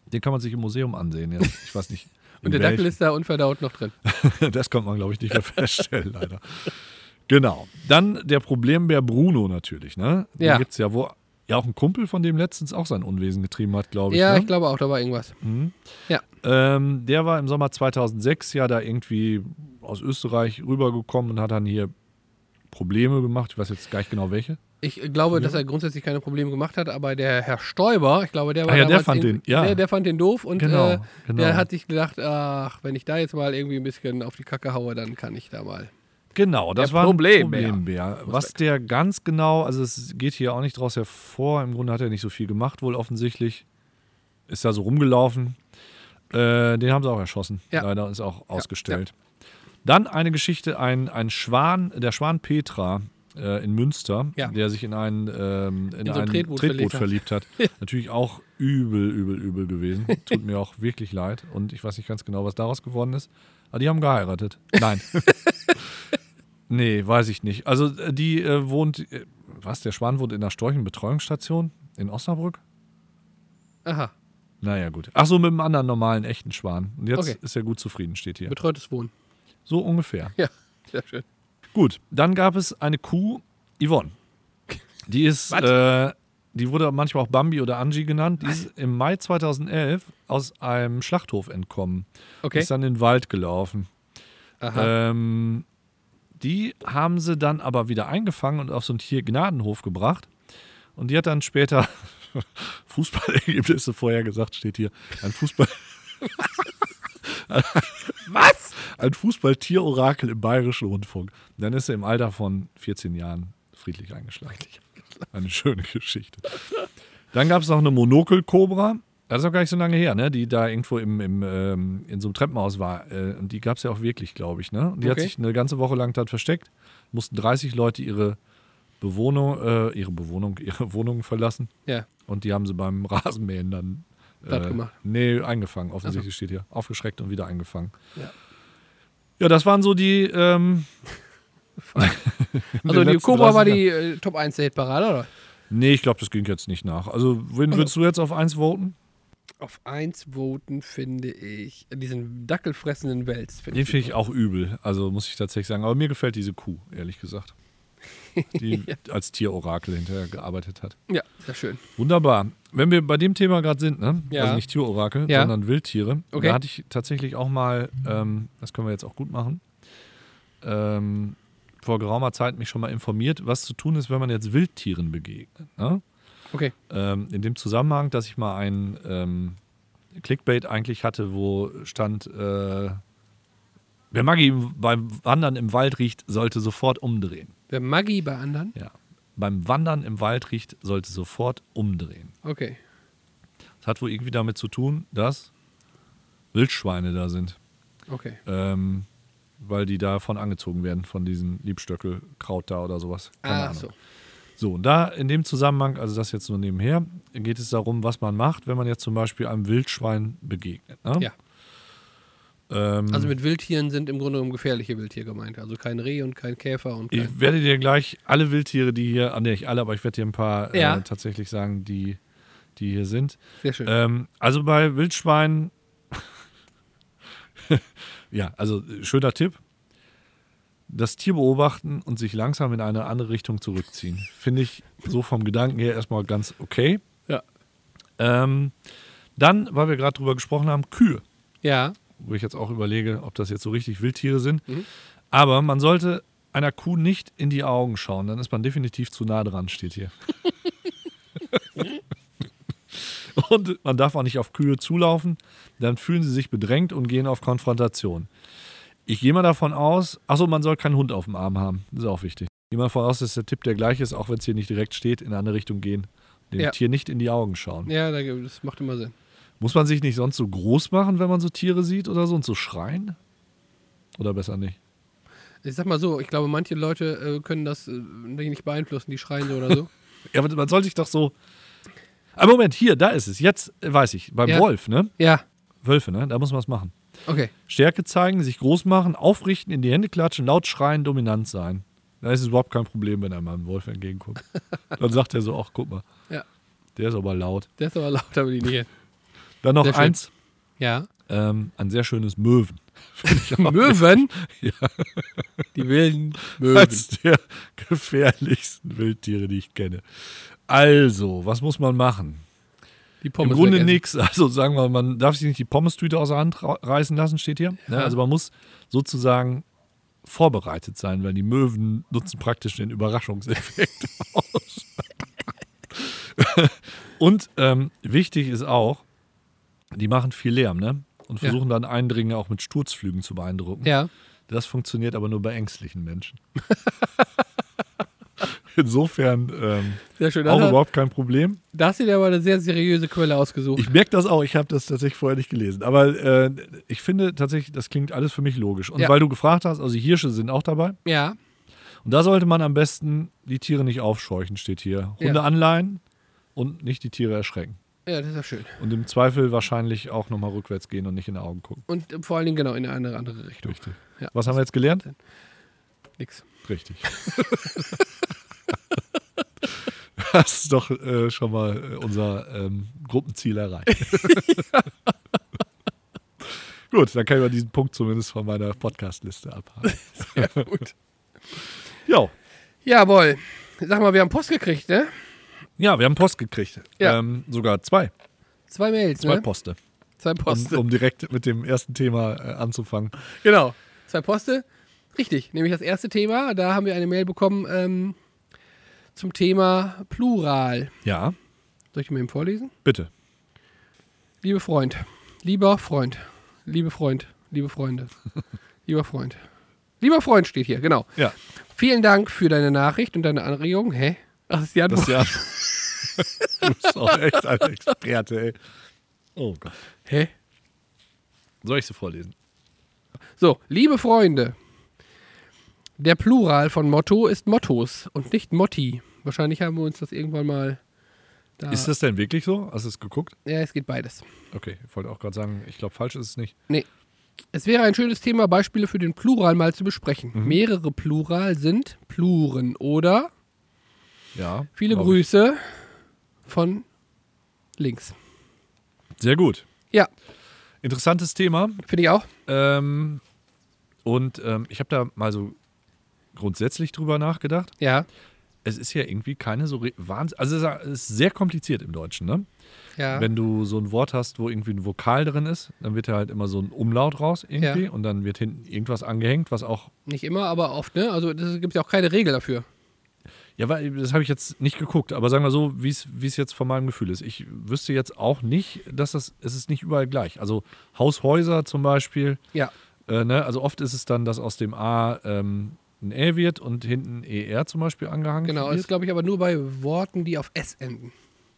Den kann man sich im Museum ansehen. Jetzt. Ich weiß nicht. Und der Dackel ist da unverdaut noch drin. Das konnte man, glaube ich, nicht mehr feststellen, leider. Genau. Dann der Problembär Bruno natürlich. Ne? Den Ja. gibt es ja, wo ja auch ein Kumpel von dem letztens auch sein Unwesen getrieben hat, glaube ich. Ja, ne? ich glaube auch, da war irgendwas. Mhm. Ja. Ähm, der war im Sommer zweitausendsechs ja da irgendwie aus Österreich rübergekommen und hat dann hier Probleme gemacht. Ich weiß jetzt gar nicht genau welche. Ich glaube, dass er grundsätzlich keine Probleme gemacht hat, aber der Herr Stoiber, ich glaube, der war Ah ja, der damals fand in- den, ja. der, der fand den doof und Genau, äh, genau. der hat sich gedacht, ach, wenn ich da jetzt mal irgendwie ein bisschen auf die Kacke haue, dann kann ich da mal. Genau, das Der war Problembär. ein Problembär. Was der ganz genau, also es geht hier auch nicht draus hervor, im Grunde hat er nicht so viel gemacht, wohl offensichtlich. Ist da so rumgelaufen. Äh, den haben sie auch erschossen. Ja. Leider ist auch ausgestellt. Dann eine Geschichte, ein, ein Schwan, der Schwan Petra äh, in Münster, Ja. der sich in ein, ähm, in In so ein ein Tretboot Tretboot verliebt hat. verliebt hat. Natürlich auch übel, übel, übel gewesen. Tut mir auch wirklich leid. Und ich weiß nicht ganz genau, was daraus geworden ist. Aber die haben geheiratet. Nein. Nee, weiß ich nicht. Also äh, die äh, wohnt, äh, was, der Schwan wohnt in der Storchenbetreuungsstation in Osnabrück? Aha, Naja, gut. Ach so, mit einem anderen normalen, echten Schwan. Und jetzt Okay. ist er gut zufrieden, steht hier. betreutes Wohnen. So ungefähr. Ja, sehr schön. Gut, dann gab es eine Kuh, Yvonne. Die ist, Was? äh, die wurde manchmal auch Bambi oder Angie genannt. Die ist im Mai zweitausendelf aus einem Schlachthof entkommen. Okay. Ist dann in den Wald gelaufen. Aha. Ähm, die haben sie dann aber wieder eingefangen und auf so einen Tiergnadenhof gebracht. Und die hat dann später Fußballergebnisse vorher gesagt, steht hier. Ein Fußball. Was? Ein Fußballtierorakel im Bayerischen Rundfunk. Dann ist er im Alter von vierzehn Jahren friedlich eingeschlagen. Eine schöne Geschichte. Dann gab es noch eine Monokel-Kobra. Das ist auch gar nicht so lange her, ne? Die da irgendwo im, im, ähm, in so einem Treppenhaus war. Äh, und die gab es ja auch wirklich, glaube ich. Ne? Und die Okay. hat sich eine ganze Woche lang dort versteckt. Mussten dreißig Leute ihre Bewohnung, äh, ihre Bewohnung, ihre Wohnungen verlassen. Ja. Und die haben sie beim Rasenmähen dann Platt gemacht. Nee, eingefangen. Offensichtlich steht hier. Aufgeschreckt und wieder eingefangen. Ja. Ja, das waren so die. Ähm, Also den die letzten Cobra war dreißig die äh, Top eins der Hitparade, oder? Nee, ich glaube, das ging jetzt nicht nach. Also, wen würdest du jetzt auf eins voten? Auf eins voten finde ich diesen dackelfressenden Wels. Den finde ich auch übel. Also, muss ich tatsächlich sagen. Aber mir gefällt diese Kuh, ehrlich gesagt. Die als Tierorakel hinterher gearbeitet hat. Ja, sehr schön. Wunderbar. Wenn wir bei dem Thema gerade sind, ne? Ja. Also nicht Tierorakel, Ja. sondern Wildtiere. Okay. Da hatte ich tatsächlich auch mal, ähm, das können wir jetzt auch gut machen, ähm, vor geraumer Zeit mich schon mal informiert, was zu tun ist, wenn man jetzt Wildtieren begegnet. Ne? Okay. Ähm, in dem Zusammenhang, dass ich mal ein ähm, Clickbait eigentlich hatte, wo stand, äh, wer Maggi beim Wandern im Wald riecht, sollte sofort umdrehen. Wer Maggi bei anderen? Ja. Beim Wandern im Wald riecht, sollte sofort umdrehen. Okay. Das hat wohl irgendwie damit zu tun, dass Wildschweine da sind. Okay. Ähm, weil die davon angezogen werden, von diesen Liebstöckelkraut da oder sowas. Keine Ah, Ahnung. so. So, und da in dem Zusammenhang, also das jetzt nur nebenher, geht es darum, was man macht, wenn man jetzt zum Beispiel einem Wildschwein begegnet. Ne? Ja. Ähm, Also mit Wildtieren sind im Grunde genommen gefährliche Wildtiere gemeint. Also kein Reh und kein Käfer und kein... ich werde dir gleich alle Wildtiere, die hier, ah, nee, nicht alle, aber ich werde dir ein paar Ja. äh, tatsächlich sagen, die, die hier sind. Sehr schön. Ähm, also bei Wildschweinen, ja, also äh, schöner Tipp. Das Tier beobachten und sich langsam in eine andere Richtung zurückziehen. Finde ich so vom Gedanken her erstmal ganz okay. Ja. Ähm, dann, weil wir gerade drüber gesprochen haben, Kühe. Ja. Wo ich jetzt auch überlege, ob das jetzt so richtig Wildtiere sind. Mhm. Aber man sollte einer Kuh nicht in die Augen schauen, dann ist man definitiv zu nah dran, steht hier. Und man darf auch nicht auf Kühe zulaufen, dann fühlen sie sich bedrängt und gehen auf Konfrontation. Ich gehe mal davon aus, achso, man soll keinen Hund auf dem Arm haben, das ist auch wichtig. Ich gehe mal davon aus, dass der Tipp der gleiche ist, auch wenn es hier nicht direkt steht, in eine andere Richtung gehen, dem Ja. Tier nicht in die Augen schauen. Ja, das macht immer Sinn. Muss man sich nicht sonst so groß machen, wenn man so Tiere sieht oder so und so schreien? Oder besser nicht? Ich sag mal so, ich glaube, manche Leute äh, können das äh, nicht beeinflussen, die schreien so oder so. Ja, aber man soll sich doch so... Aber Moment, hier, da ist es. Jetzt äh, weiß ich, beim Ja. Wolf, ne? Ja, Wölfe, ne? Da muss man was machen. okay. Stärke zeigen, sich groß machen, aufrichten, in die Hände klatschen, laut schreien, dominant sein. Da ist es überhaupt kein Problem, wenn er mal einem Wolf entgegenkommt. Dann sagt er so, ach, guck mal, Ja, der ist aber laut. der ist aber laut, aber die nicht. Dann noch Sehr schön. eins, Ja. ähm, ein sehr schönes Möwen. Finde ich auch Möwen? Ja. Die wilden Möwen. Eins der gefährlichsten Wildtiere, die ich kenne. Also, was muss man machen? Die Pommes Im Grunde wegessen. nichts. Also sagen wir, man darf sich nicht die Pommes-Tüte aus der Hand ra- reißen lassen, steht hier. Ja. Ja, also man muss sozusagen vorbereitet sein, weil die Möwen nutzen praktisch den Überraschungseffekt aus. Und ähm, wichtig ist auch, die machen viel Lärm, ne? Und Ja. versuchen dann Eindringlinge auch mit Sturzflügen zu beeindrucken. Ja. Das funktioniert aber nur bei ängstlichen Menschen. Insofern ähm, Sehr schön. auch Da, überhaupt kein Problem. da hast du dir aber eine sehr seriöse Quelle ausgesucht. Ich merke das auch, ich habe das tatsächlich vorher nicht gelesen. Aber äh, ich finde tatsächlich, das klingt alles für mich logisch. Und Ja. weil du gefragt hast, also Hirsche sind auch dabei. Ja. Und da sollte man am besten die Tiere nicht aufscheuchen, steht hier. Hunde Ja. anleihen und nicht die Tiere erschrecken. Ja, das ist ja schön. Und im Zweifel wahrscheinlich auch nochmal rückwärts gehen und nicht in die Augen gucken. Und äh, vor allen Dingen genau in eine andere Richtung. Richtig. Ja. Was haben wir jetzt gelernt? Nix. Richtig. Das ist doch äh, schon mal äh, unser ähm, Gruppenziel erreicht. Gut, dann kann ich mal diesen Punkt zumindest von meiner Podcast-Liste abhaken. Sehr gut. Jo. Jawohl. Sag mal, wir haben Post gekriegt, ne? Ja, wir haben Post gekriegt. Ja. Ähm, sogar zwei. Zwei Mails, Zwei ne? Poste. Zwei Um, Poste. um direkt mit dem ersten Thema äh, anzufangen. Genau. Zwei Poste. Richtig. Nämlich das erste Thema. Da haben wir eine Mail bekommen ähm, zum Thema Plural. Ja, Soll ich mal eben vorlesen? bitte. Liebe Freund. Lieber Freund. Liebe Freund. Liebe Freunde. Lieber Freund. Lieber Freund steht hier, genau. Ja, Vielen Dank für deine Nachricht und deine Anregung. Hä? Ach, das ist die das Antwort. ist ja. Du bist auch echt ein Experte, ey. Oh Gott. Hä? Soll ich sie vorlesen? So, liebe Freunde. Der Plural von Motto ist Mottos und nicht Motti. Wahrscheinlich haben wir uns das irgendwann mal da. Ist das denn wirklich so? Hast du es geguckt? Ja, es geht beides. Okay, ich wollte auch gerade sagen, ich glaube, falsch ist es nicht. Nee. Es wäre ein schönes Thema, Beispiele für den Plural mal zu besprechen. Mhm. Mehrere Plural sind Pluren oder Ja. viele glaub Grüße von links. ich. Sehr gut. Ja, Interessantes Thema. finde ich auch. Ähm, und ähm, ich habe da mal so grundsätzlich drüber nachgedacht. Ja, Es ist ja irgendwie keine so Wahnsinn. Also es ist sehr kompliziert im Deutschen, ne? ja. Wenn du so ein Wort hast, wo irgendwie ein Vokal drin ist, dann wird da halt immer so ein Umlaut raus irgendwie Ja. und dann wird hinten irgendwas angehängt, was auch. Nicht immer, aber oft, ne? Also es gibt ja auch keine Regel dafür. Ja, weil das habe ich jetzt nicht geguckt, aber sagen wir so, wie es wie es jetzt von meinem Gefühl ist. Ich wüsste jetzt auch nicht, dass das, es ist nicht überall gleich. Also Haushäuser zum Beispiel, Ja, äh, ne? Also oft ist es dann, dass aus dem A ähm, ein Ä wird und hinten E R zum Beispiel angehangen genau. Das wird. ist, glaube ich, aber nur bei Worten, die auf S enden.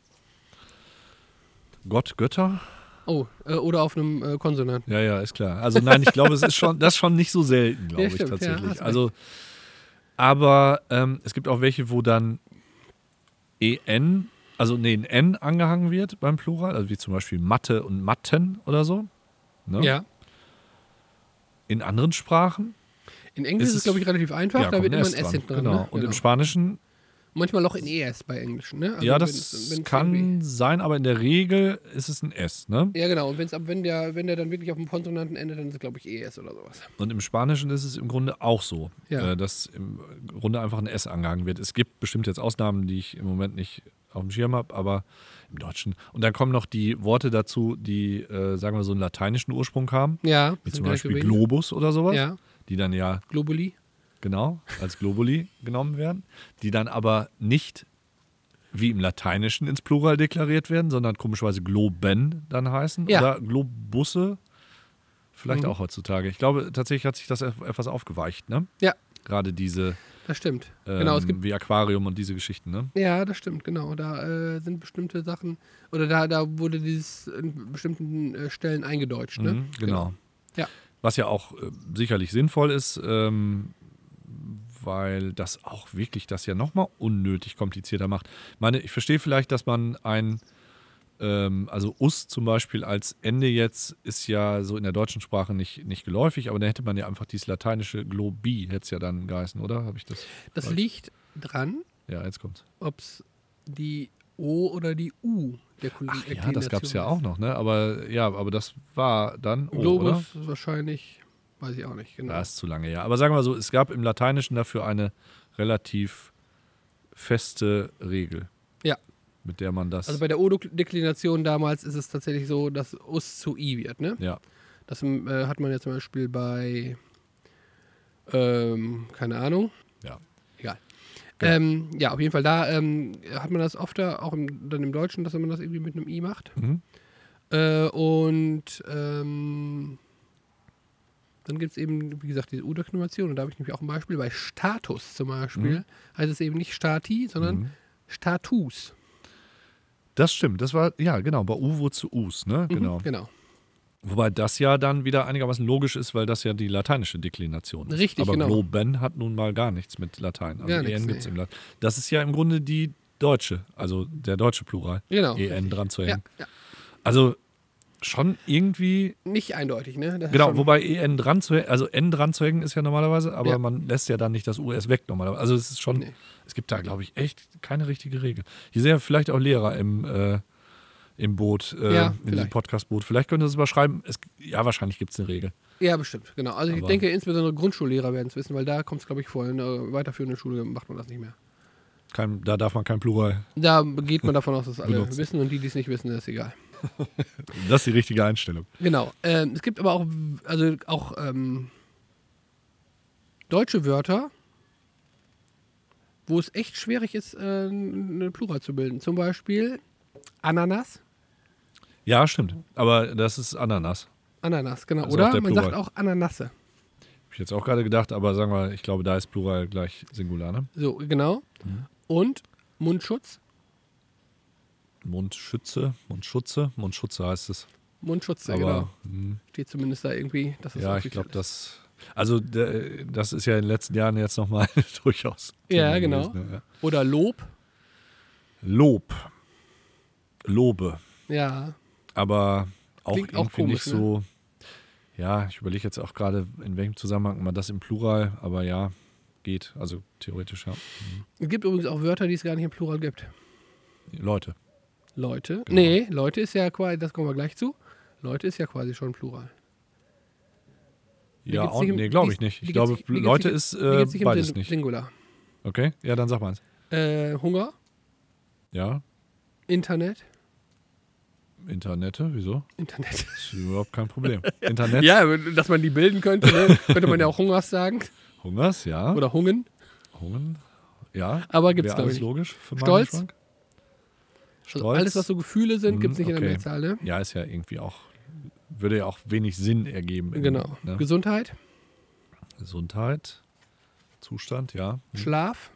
Gott, Götter. Oh, äh, oder auf einem äh, Konsonant. Ja, ja, ist klar. Also nein, ich glaube, es ist schon, das ist schon nicht so selten, glaube Ja, ich stimmt, ja, tatsächlich. hast recht. Also, aber ähm, es gibt auch welche, wo dann E N, also nee, ein N angehangen wird beim Plural, also wie zum Beispiel Mathe und Matten oder so. Ne? Ja. In anderen Sprachen. In Englisch Ist ist es, es- glaube ich, relativ einfach. ja, da kommt wird ein immer S ein S dran. hinten dran. Genau. Ne? Und im Genau. Spanischen, Manchmal auch in E S bei Englischen. Ne? Also ja, wenn- das wenn's kann irgendwie- sein, aber in der Regel ist es ein S, ne? Ja, genau. Und wenn's, ab- wenn, der, wenn der dann wirklich auf dem Konsonanten endet, dann ist es, glaube ich, E S oder sowas. Und im Spanischen ist es im Grunde auch so, Ja. äh, dass im Grunde einfach ein S angehangen wird. Es gibt bestimmt jetzt Ausnahmen, die ich im Moment nicht auf dem Schirm habe, aber im Deutschen. Und dann kommen noch die Worte dazu, die, äh, sagen wir, so einen lateinischen Ursprung haben, Ja. wie sind zum gleich Beispiel gewesen. Globus oder sowas, Ja, die dann ja Globuli. genau als Globuli genommen werden, die dann aber nicht wie im Lateinischen ins Plural deklariert werden, sondern komischerweise Globen dann heißen Ja. oder Globusse, vielleicht Mhm. auch heutzutage. Ich glaube, tatsächlich hat sich das e- etwas aufgeweicht, ne? Ja, Gerade diese, das stimmt. ähm, genau, es gibt wie Aquarium und diese Geschichten, ne? Ja, das stimmt, genau. Da äh, sind bestimmte Sachen, oder da, da wurde dieses in bestimmten äh, Stellen eingedeutscht, ne? Mhm, genau. Ja. Was ja auch äh, sicherlich sinnvoll ist, ähm, weil das auch wirklich das ja nochmal unnötig komplizierter macht. Ich meine, ich verstehe vielleicht, dass man ein, ähm, also us zum Beispiel als Ende jetzt ist ja so in der deutschen Sprache nicht, nicht geläufig, aber da hätte man ja einfach dieses lateinische Globi, hätte es ja dann geheißen, oder? Habe ich das? Das falsch? liegt dran, Ja, jetzt kommt's. ob es die O oder die U der Ach ja, das gab es ja auch noch, ne? Aber ja, aber das war dann O, Globus oder? wahrscheinlich, weiß ich auch nicht, genau. Das ist zu lange, ja. Aber sagen wir so, es gab im Lateinischen dafür eine relativ feste Regel. Ja. Mit der man das... Also bei der O-Deklination damals ist es tatsächlich so, dass Us zu I wird, ne? Ja. Das äh, hat man ja zum Beispiel bei, ähm, keine Ahnung. Ja. Egal. Genau. Ähm, ja, auf jeden Fall, da ähm, hat man das oft auch im, dann im Deutschen, dass man das irgendwie mit einem I macht. Mhm. Äh, und ähm, dann gibt es eben, wie gesagt, diese U-Deklination. Und da habe ich nämlich auch ein Beispiel. Bei Status zum Beispiel Mhm. heißt es eben nicht Stati, sondern Mhm. Status. Das stimmt, das war, ja genau, bei U wurde zu Us, ne? Mhm, Genau. genau. Wobei das ja dann wieder einigermaßen logisch ist, weil das ja die lateinische Deklination ist. Richtig, Aber genau. globen hat nun mal gar nichts mit Latein. Also Gar E N nichts, gibt es nee. im Latein. Das ist ja im Grunde die deutsche, also der deutsche Plural. Genau. E N richtig. dran zu Ja, hängen. ja. Also schon irgendwie, Nicht eindeutig, ne? Das ist genau, schon- wobei E N dran zu hängen, also N dran zu hängen ist ja normalerweise, aber Ja. man lässt ja dann nicht das U S weg normalerweise. Also es ist schon, Nee. es gibt da, glaube ich, echt keine richtige Regel. Hier sind ja vielleicht auch Lehrer im, äh, im Boot, äh, Ja, in diesem vielleicht. Podcast-Boot. Vielleicht können Sie es überschreiben. Es, ja, wahrscheinlich gibt es eine Regel. Ja, bestimmt, genau. Also ich Aber- denke, insbesondere Grundschullehrer werden es wissen, weil da kommt es, glaube ich, vor. In der weiterführenden Schule macht man das nicht mehr. Kein, da darf man kein Plural. Da geht man davon aus, dass alle Benutzen. wissen und die, die es nicht wissen, ist egal. Das ist die richtige Einstellung. Genau. Ähm, es gibt aber auch, also auch ähm, deutsche Wörter, wo es echt schwierig ist, äh, eine Plural zu bilden. Zum Beispiel Ananas. Ja, stimmt. Aber das ist Ananas. Ananas, genau. Also auch Oder der man Plural. sagt auch Ananasse. Habe ich jetzt auch gerade gedacht, aber sagen wir, ich glaube, da ist Plural gleich Singular, ne? So, genau. Mhm. Und Mundschutz. Mundschütze, Mundschutze, Mundschutze heißt es. Mundschutze, Aber genau. mh, Steht zumindest da irgendwie, dass es ja, ich offiziell glaube, ist. das. Also, der, das ist ja in den letzten Jahren jetzt nochmal durchaus. Ja, Thema genau. gewesen, ne? Ja. Oder Lob. Lob. Lobe. Ja. Aber auch Klingt auch irgendwie komisch, nicht so. Ja, ich überlege jetzt auch gerade, in welchem Zusammenhang man das im Plural, aber ja, geht. Also theoretisch, ja. Es gibt übrigens auch Wörter, die es gar nicht im Plural gibt. Leute. Leute. Genau. Nee, Leute ist ja quasi, das kommen wir gleich zu. Leute ist ja quasi schon Plural. Die Ja, gibt's auch, nicht im- nee, glaube die- ich nicht. die Ich gibt's glaube, nicht- die gibt's Leute nicht- ist Die äh, gibt's nicht im beides Sin- nicht. Singular. Okay, ja, dann sag mal eins. Äh, Hunger, Ja, Internet. Internete, wieso? Internet. Das ist überhaupt kein Problem. Internet, Ja, dass man die bilden könnte, ne? Könnte man ja auch Hungers sagen. Hungers, ja. Oder Hungen. Hungen, ja. Aber gibt's, Wäre glaube alles ich, nicht. logisch für meinen Stolz? Geschmack. Also Stolz. alles, was so Gefühle sind, gibt es Mhm, nicht in der okay. Mehrzahl, ne? Ja, ist ja irgendwie auch, würde ja auch wenig Sinn ergeben. in- Genau. Ne? Gesundheit, Gesundheit, Zustand, ja. Schlaf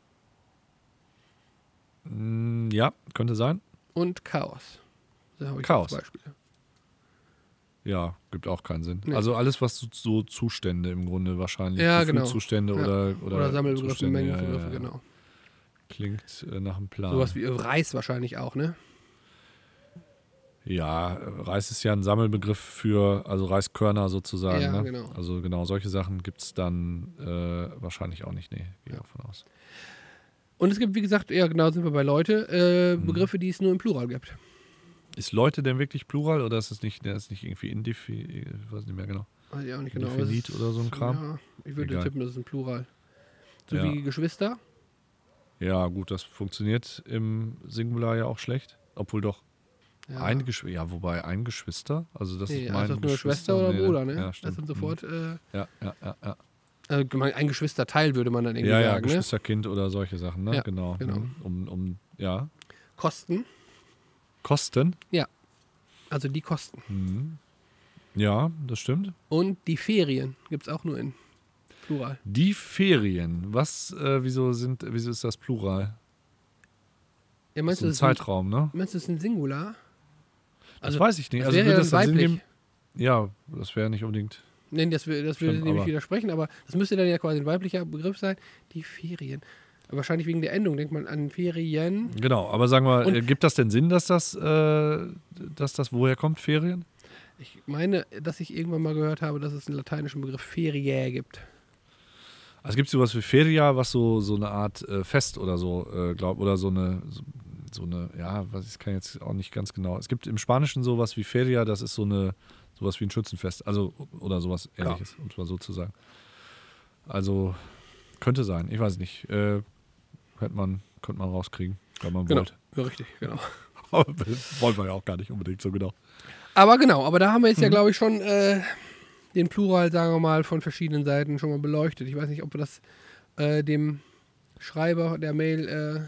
Mm, Ja, könnte sein. und Chaos. Da habe ich Chaos. als Beispiel. Ja, gibt auch keinen Sinn. Nee. Also alles, was so, so Zustände im Grunde wahrscheinlich. Ja, genau. Zustände Ja. oder, oder, Oder, Sammelbegriffe, Zustände, ja, Mengenbegriffe, ja, ja. genau. Klingt äh, nach einem Plan. Sowas wie äh, Reis wahrscheinlich auch, ne? Ja, Reis ist ja ein Sammelbegriff für, also Reiskörner sozusagen. Ja, ne? genau. Also genau, solche Sachen gibt es dann äh, wahrscheinlich auch nicht. Nee, gehe ich davon aus. Und es gibt, wie gesagt, ja genau, sind wir bei Leute, äh, Mhm. Begriffe, die es nur im Plural gibt. Ist Leute denn wirklich Plural oder ist es nicht, der ist nicht irgendwie indefi, ich weiß nicht mehr genau. Weiß ich auch nicht genau. aber es Indefinit ist- oder so ein Kram? Ja, ich würde Egal. tippen, das ist ein Plural. So Ja. wie Geschwister. Ja, gut, das funktioniert im Singular ja auch schlecht. Obwohl doch Ja. ein Geschwister, ja, wobei ein Geschwister, also das nee, ist mein also nur Geschwister. Schwester oder nee, Bruder, ne? Ja, das stimmt. sind sofort, äh, Ja, ja, ja, ja. äh, gemein- ein Geschwisterteil würde man dann irgendwie Ja, ja, sagen, ne? Geschwisterkind oder solche Sachen, ne? Ja, genau. genau. Mhm. Um, um, ja. Kosten, Kosten. also die Kosten. Mhm. Ja, das stimmt. Und die Ferien gibt es auch nur in Plural. Die Ferien. Was, äh, wieso sind, wieso ist das Plural? Ja, meinst so du, ein das ist ein, Zeitraum, ne? meinst du, das ist ein Singular? Das weiß ich nicht. das Also wäre würde ja das dann Sinn weiblich. geben? Ja, das wäre nicht unbedingt. Nein, das, wür- das würde Stimmt, nämlich aber- widersprechen, aber das müsste dann ja quasi ein weiblicher Begriff sein. Die Ferien. Aber wahrscheinlich wegen der Endung denkt man an Ferien. Genau, aber sagen wir, Und- äh, gibt das denn Sinn, dass das, äh, dass das woher kommt, Ferien? Ich meine, dass ich irgendwann mal gehört habe, dass es einen lateinischen Begriff Feriae gibt. Also gibt es sowas wie Feria, was so, so eine Art äh, Fest oder so, äh, glaub, oder so eine, so, so eine, ja, was ich kann jetzt auch nicht ganz genau. Es gibt im Spanischen sowas wie Feria, das ist so eine, sowas wie ein Schützenfest, also oder sowas Ähnliches, ja. um es mal so zu sagen. Also könnte sein, ich weiß nicht. Äh, hätte man, könnte man rauskriegen, wenn man genau. wollte. Ja, richtig, genau. Aber wollen wir ja auch gar nicht unbedingt so genau. Aber genau, aber da haben wir jetzt mhm. ja, glaube ich, schon äh, den Plural, sagen wir mal, von verschiedenen Seiten schon mal beleuchtet. Ich weiß nicht, ob wir das äh, dem Schreiber der Mail äh,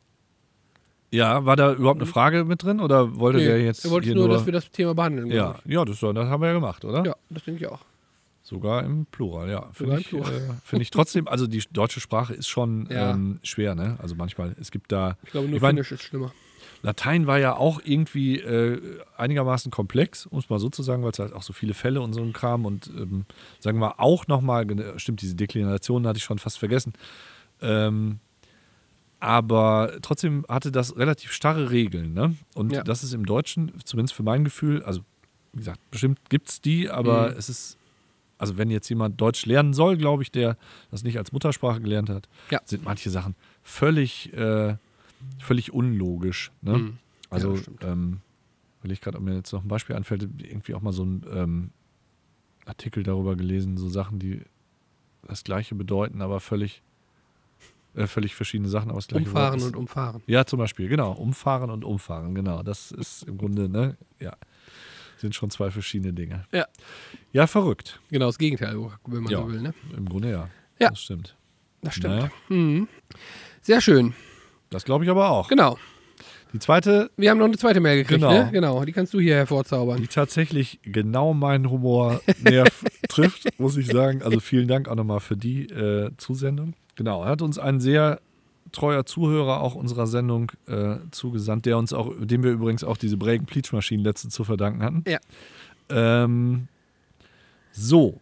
Ja, war da überhaupt eine Frage mit drin oder wollte nee, der jetzt er wollte hier nur, nur, dass wir das Thema behandeln. ja, ja, das, das haben wir ja gemacht, oder? Ja, das denke ich auch. Sogar im Plural, ja. Sogar Finde im ich, Plural. äh, find ich trotzdem, also die deutsche Sprache ist schon Ja. ähm, schwer, ne? Also manchmal, es gibt da, Ich glaube, nur ich mein, Finnisch ist schlimmer. Latein war ja auch irgendwie äh, einigermaßen komplex, um es mal so zu sagen, weil es halt auch so viele Fälle und so ein Kram und ähm, sagen wir auch nochmal, stimmt, diese Deklinationen hatte ich schon fast vergessen, ähm, aber trotzdem hatte das relativ starre Regeln, ne? Und Ja. das ist im Deutschen, zumindest für mein Gefühl, also wie gesagt, bestimmt gibt es die, aber Mhm. es ist, also wenn jetzt jemand Deutsch lernen soll, glaube ich, der das nicht als Muttersprache gelernt hat, Ja. sind manche Sachen völlig, äh, völlig unlogisch. Ne? Mhm. Also, Ja, das stimmt. ähm, will ich gerade, ob mir jetzt noch ein Beispiel einfällt, irgendwie auch mal so ein ähm, Artikel darüber gelesen, so Sachen, die das Gleiche bedeuten, aber völlig, äh, völlig verschiedene Sachen, aber das Gleiche Wort Umfahren ist. und umfahren. Ja, zum Beispiel, genau. Umfahren und umfahren, genau. Das ist im Grunde, ne, ja, sind schon zwei verschiedene Dinge. Ja. Ja, verrückt. Genau, das Gegenteil, wenn man Ja. so will. Ne? Im Grunde ja. Ja. Das stimmt. Das stimmt. Naja. Mhm. Sehr schön. Das glaube ich aber auch. Genau. Die zweite, Wir haben noch eine zweite Mail gekriegt, Genau. ne? Genau, die kannst du hier hervorzaubern. die tatsächlich genau meinen Humor näher f- trifft, muss ich sagen. Also vielen Dank auch nochmal für die äh, Zusendung. Genau, er hat uns ein sehr treuer Zuhörer auch unserer Sendung äh, zugesandt, der uns auch, dem wir übrigens auch diese Breaken Pleach Maschinen letzte zu verdanken hatten. Ja. Ähm, so.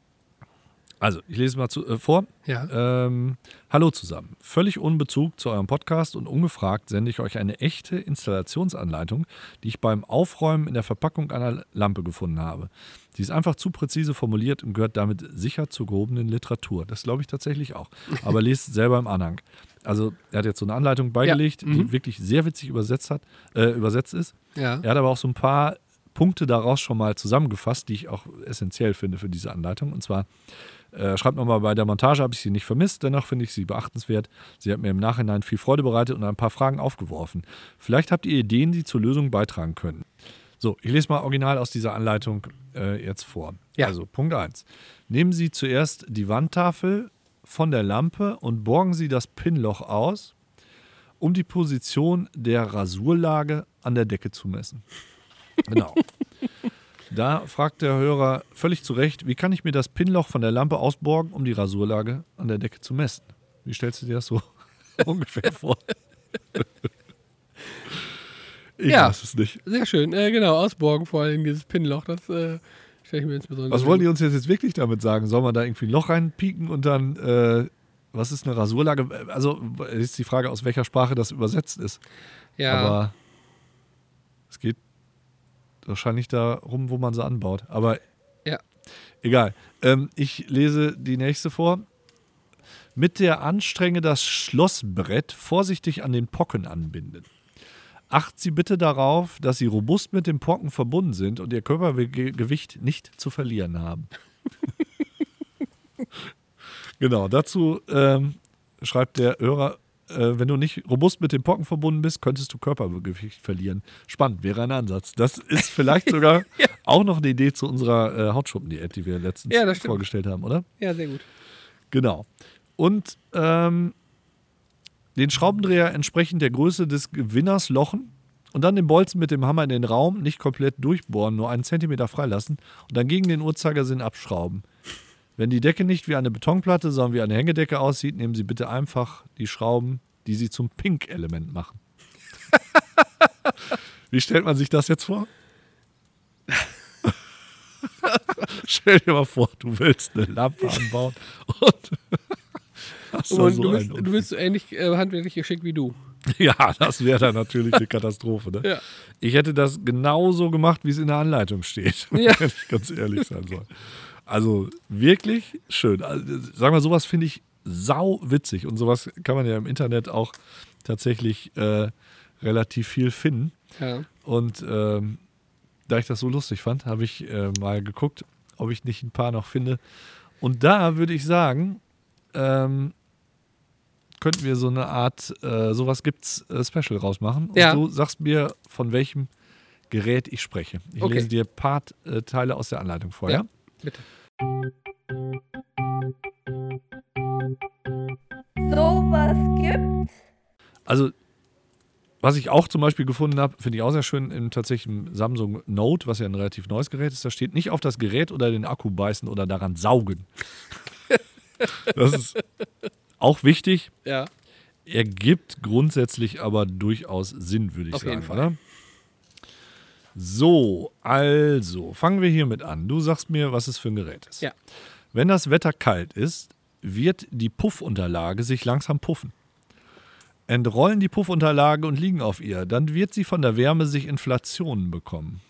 Also, ich lese mal zu, äh, vor. Ja. Ähm, hallo zusammen. Völlig ohne Bezug zu eurem Podcast und ungefragt sende ich euch eine echte Installationsanleitung, die ich beim Aufräumen in der Verpackung einer Lampe gefunden habe. Sie ist einfach zu präzise formuliert und gehört damit sicher zur gehobenen Literatur. Das glaube ich tatsächlich auch. Aber lest selber im Anhang. Also, er hat jetzt so eine Anleitung beigelegt, mhm. die wirklich sehr witzig übersetzt hat, äh, übersetzt ist. Ja. Er hat aber auch so ein paar Punkte daraus schon mal zusammengefasst, die ich auch essentiell finde für diese Anleitung. Und zwar äh, schreibt nochmal, bei der Montage habe ich sie nicht vermisst, dennoch finde ich sie beachtenswert. Sie hat mir im Nachhinein viel Freude bereitet und ein paar Fragen aufgeworfen. Vielleicht habt ihr Ideen, die zur Lösung beitragen können. So, ich lese mal original aus dieser Anleitung äh, jetzt vor. Ja. Also Punkt eins. Nehmen Sie zuerst die Wandtafel von der Lampe und borgen Sie das Pinloch aus, um die Position der Rasurlage an der Decke zu messen. Genau. Da fragt der Hörer völlig zu Recht, wie kann ich mir das Pinloch von der Lampe ausborgen, um die Rasurlage an der Decke zu messen? Wie stellst du dir das so ungefähr vor? Ich Ja. weiß es nicht. Sehr schön. Äh, genau, ausborgen vor allem dieses Pinloch. Das äh, stelle ich mir insbesondere. Was wollen die uns jetzt, jetzt wirklich damit sagen? Soll man da irgendwie ein Loch reinpieken und dann, äh, was ist eine Rasurlage? Also ist die Frage, aus welcher Sprache das übersetzt ist. Ja. Aber es geht wahrscheinlich darum, wo man sie anbaut. Aber Ja. egal. Ähm, ich lese die nächste vor. Mit der Anstrenge das Schlossbrett vorsichtig an den Pocken anbinden. Achten Sie bitte darauf, dass Sie robust mit dem Pocken verbunden sind und Ihr Körpergewicht nicht zu verlieren haben. Genau, dazu ähm, schreibt der Hörer, äh, wenn du nicht robust mit dem Pocken verbunden bist, könntest du Körpergewicht verlieren. Spannend, wäre ein Ansatz. Das ist vielleicht sogar Ja. auch noch eine Idee zu unserer äh, Hautschuppendiät, die wir letztens Ja, das stimmt. vorgestellt haben, oder? Ja, sehr gut. Genau. Und ähm, den Schraubendreher entsprechend der Größe des Gewinners lochen und dann den Bolzen mit dem Hammer in den Raum nicht komplett durchbohren, nur einen Zentimeter freilassen und dann gegen den Uhrzeigersinn abschrauben. Wenn die Decke nicht wie eine Betonplatte, sondern wie eine Hängedecke aussieht, nehmen Sie bitte einfach die Schrauben, die Sie zum Pink-Element machen. Wie stellt man sich das jetzt vor? Stell dir mal vor, du willst eine Lampe anbauen und hast da Und so du, bist, einen du bist so ähnlich äh, handwerklich geschickt wie du. Ja, das wäre dann natürlich eine Katastrophe. Ne? Ja. Ich hätte das genauso gemacht, wie es in der Anleitung steht, Ja. wenn ich ganz ehrlich sein soll. Also wirklich schön. Also, sagen wir, sowas finde ich sau witzig und sowas kann man ja im Internet auch tatsächlich äh, relativ viel finden. Ja. Und ähm, da ich das so lustig fand, habe ich äh, mal geguckt, ob ich nicht ein paar noch finde. Und da würde ich sagen, ähm, könnten wir so eine Art, äh, sowas gibt's, äh, Special rausmachen. Und Ja. du sagst mir, von welchem Gerät ich spreche. Ich Okay. lese dir ein paar äh, Teile aus der Anleitung vor, ja? Ja. Bitte. Sowas gibt's. Also, was ich auch zum Beispiel gefunden habe, finde ich auch sehr schön, im tatsächlichen Samsung Note, was ja ein relativ neues Gerät ist, da steht nicht auf das Gerät oder den Akku beißen oder daran saugen. Das ist auch wichtig, Ja. ergibt grundsätzlich aber durchaus Sinn, würde ich Auf sagen, jeden Fall. oder? So, also, fangen wir hiermit an. Du sagst mir, was es für ein Gerät ist. Ja. Wenn das Wetter kalt ist, wird die Puffunterlage sich langsam puffen. Entrollen die Puffunterlage und liegen auf ihr, dann wird sie von der Wärme sich Inflationen bekommen.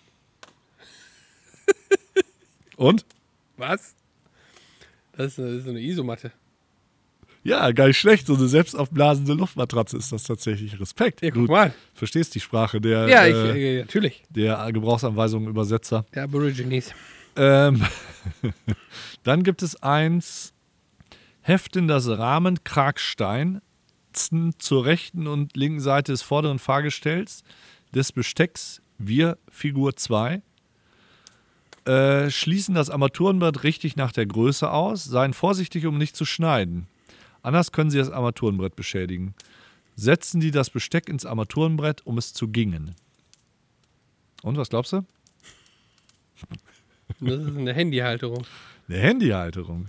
Und? Was? Das ist eine, das ist eine Isomatte. Ja, gar nicht schlecht. So eine selbstaufblasende Luftmatratze ist das tatsächlich. Respekt. Ja, guck Du mal. verstehst die Sprache der, Ja, ich, äh, äh, natürlich. der Gebrauchsanweisungen-Übersetzer. Der Aborigines. Ähm, dann gibt es eins, heften das Rahmenkragstein zur rechten und linken Seite des vorderen Fahrgestells des Bestecks, wir Figur zwei, äh, schließen das Armaturenbrett richtig nach der Größe aus, seien vorsichtig, um nicht zu schneiden. Anders können sie das Armaturenbrett beschädigen. Setzen die das Besteck ins Armaturenbrett, um es zu gingen. Und, was glaubst du? Das ist eine Handyhalterung. Eine Handyhalterung.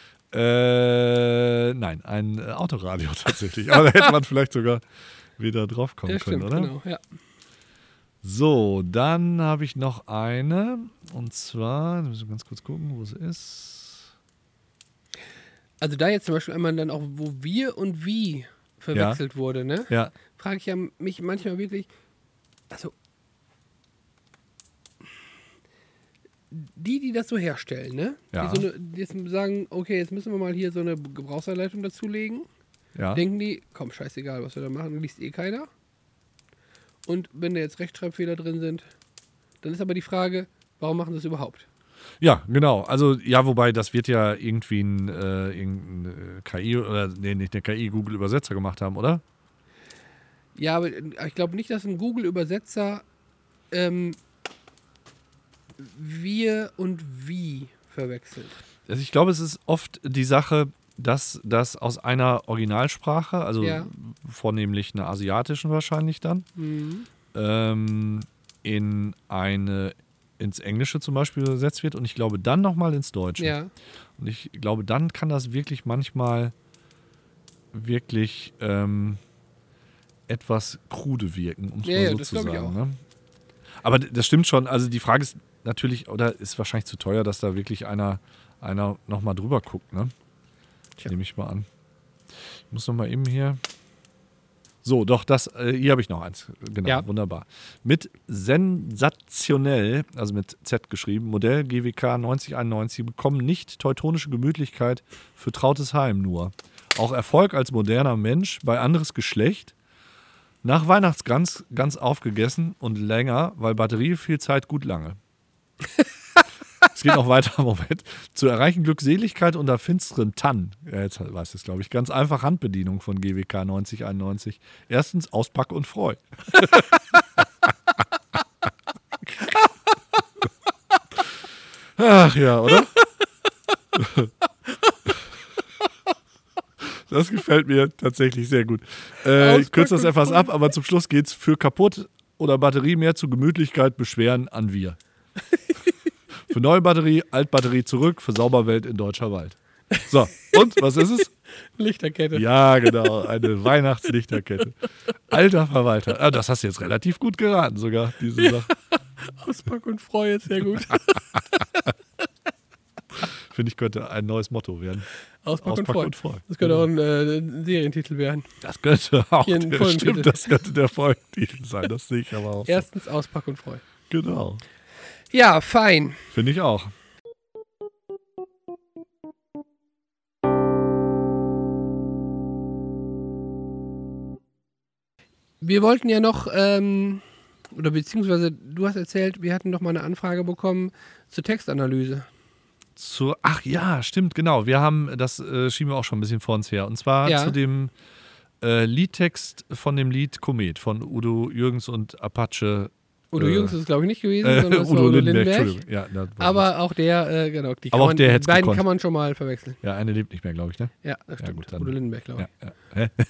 Äh, nein, ein äh, Autoradio tatsächlich. Aber da hätte man vielleicht sogar wieder drauf kommen Ja, können, stimmt, oder? genau. Ja. So, dann habe ich noch eine. Und zwar, müssen wir ganz kurz gucken, wo sie ist. Also da jetzt zum Beispiel einmal dann auch, wo wir und wie verwechselt wurde, ne? Ja, Frage ich ja mich manchmal wirklich, also die, die das so herstellen, ne? Ja. Die, so eine, die jetzt sagen, okay, jetzt müssen wir mal hier so eine Gebrauchsanleitung dazulegen. ja. Denken die, komm, scheißegal, was wir da machen, liest eh keiner. Und wenn da jetzt Rechtschreibfehler drin sind, dann ist aber die Frage, warum machen sie das überhaupt? Ja, genau. Also, ja, wobei, das wird ja irgendwie ein, äh, irgendein äh, K I oder, nee, nicht eine K I, Google-Übersetzer gemacht haben, oder? Ja, aber ich glaube nicht, dass ein Google-Übersetzer ähm, wir und wie verwechselt. Also, ich glaube, es ist oft die Sache, dass das aus einer Originalsprache, also Ja. vornehmlich einer asiatischen wahrscheinlich dann, Mhm. ähm, in eine ins Englische zum Beispiel übersetzt wird und ich glaube dann nochmal ins Deutsche. Ja, Und ich glaube, dann kann das wirklich manchmal wirklich ähm, etwas krude wirken, um es Ja, mal ja, so das zu glaube ich sagen. auch. Ne? Aber d- das stimmt schon. Also die Frage ist natürlich, oder ist wahrscheinlich zu teuer, dass da wirklich einer, einer nochmal drüber guckt. Ne? Tja. Nehme ich mal an. Ich muss nochmal eben hier. So, doch, das, äh, hier habe ich noch eins. Genau, Ja. wunderbar. Mit sensationell, also mit Z geschrieben, Modell G W K neunzig einundneunzig bekommen nicht teutonische Gemütlichkeit für trautes Heim nur. Auch Erfolg als moderner Mensch bei anderes Geschlecht. Nach Weihnachtsgans ganz aufgegessen und länger, weil Batterie viel Zeit gut lange. Es geht noch weiter, Moment. Zu erreichen Glückseligkeit unter finsteren Tannen. Ja, jetzt weiß es, glaube ich. Ganz einfach Handbedienung von G W K neunzig einundneunzig. Erstens Auspack und Freu. Ach ja, oder? Das gefällt mir tatsächlich sehr gut. Äh, ich kürze das Auspack und etwas Freu. ab, aber zum Schluss geht es für kaputt oder Batterie mehr zu Gemütlichkeit beschweren an wir. Für neue Batterie, Altbatterie zurück, für Sauberwelt in deutscher Wald. So, und was ist es? Lichterkette. Ja, genau, eine Weihnachtslichterkette. Alter Verwalter. Ah, das hast du jetzt relativ gut geraten sogar, diese Sache. Auspack und Freu ist sehr gut. Finde ich, könnte ein neues Motto werden. Auspack, Auspack und und Freu. Freu. Das könnte auch ein, äh, ein Serientitel werden. Das könnte auch Hier ein der, Folgentitel. stimmt, das könnte der Folgentitel sein. Das sehe ich aber auch so. Erstens Auspack und Freu. Genau. Ja, fein. Finde ich auch. Wir wollten ja noch, ähm, oder beziehungsweise du hast erzählt, wir hatten noch mal eine Anfrage bekommen zur Textanalyse. Zur, ach ja, stimmt, genau. Wir haben, das äh, schieben wir auch schon ein bisschen vor uns her. Und zwar Ja. zu dem äh, Liedtext von dem Lied Komet von Udo Jürgens und Apache. Udo äh, Jürgens ist es, glaube ich, nicht gewesen, Äh, sondern es war Udo Udo Lindenberg, Lindenberg. Entschuldigung. Ja, da war Aber auch der, äh, genau, die, kann Aber auch man, der die hätt's beiden gekonnt. kann man schon mal verwechseln. ja, eine lebt nicht mehr, glaube ich, ne? Ja, das stimmt. gut, dann- Udo Lindenberg, glaube ich. Ja, ja. Hä?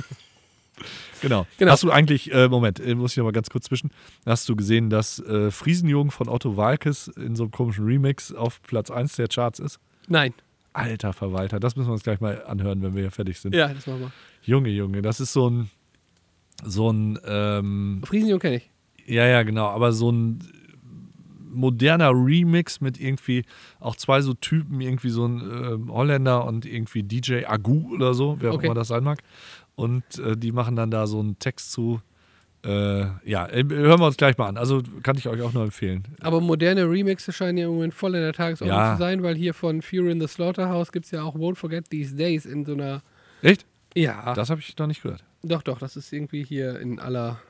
Genau. Genau. Hast du eigentlich, äh, Moment, äh, muss ich noch mal ganz kurz zwischen. Hast du gesehen, dass äh, Friesenjungen von Otto Waalkes in so einem komischen Remix auf Platz eins der Charts ist? Nein. Alter Verwalter, das müssen wir uns gleich mal anhören, wenn wir hier fertig sind. Ja, das machen wir. Junge, Junge, das ist so ein, so ein, ähm, Friesenjung kenne ich. ja, ja, genau, aber so ein moderner Remix mit irgendwie auch zwei so Typen, irgendwie so ein ähm, Holländer und irgendwie D J Agu oder so, wer auch Okay. immer das sein mag. Und äh, die machen dann da so einen Text zu. Äh, ja, äh, hören wir uns gleich mal an. Also kann ich euch auch nur empfehlen. Aber moderne Remixe scheinen ja im Moment voll in der Tagesordnung Ja. zu sein, weil hier von Fury in the Slaughterhouse gibt es ja auch Won't Forget These Days in so einer. Echt? Ja, Das habe ich noch nicht gehört. doch, doch, das ist irgendwie hier in aller.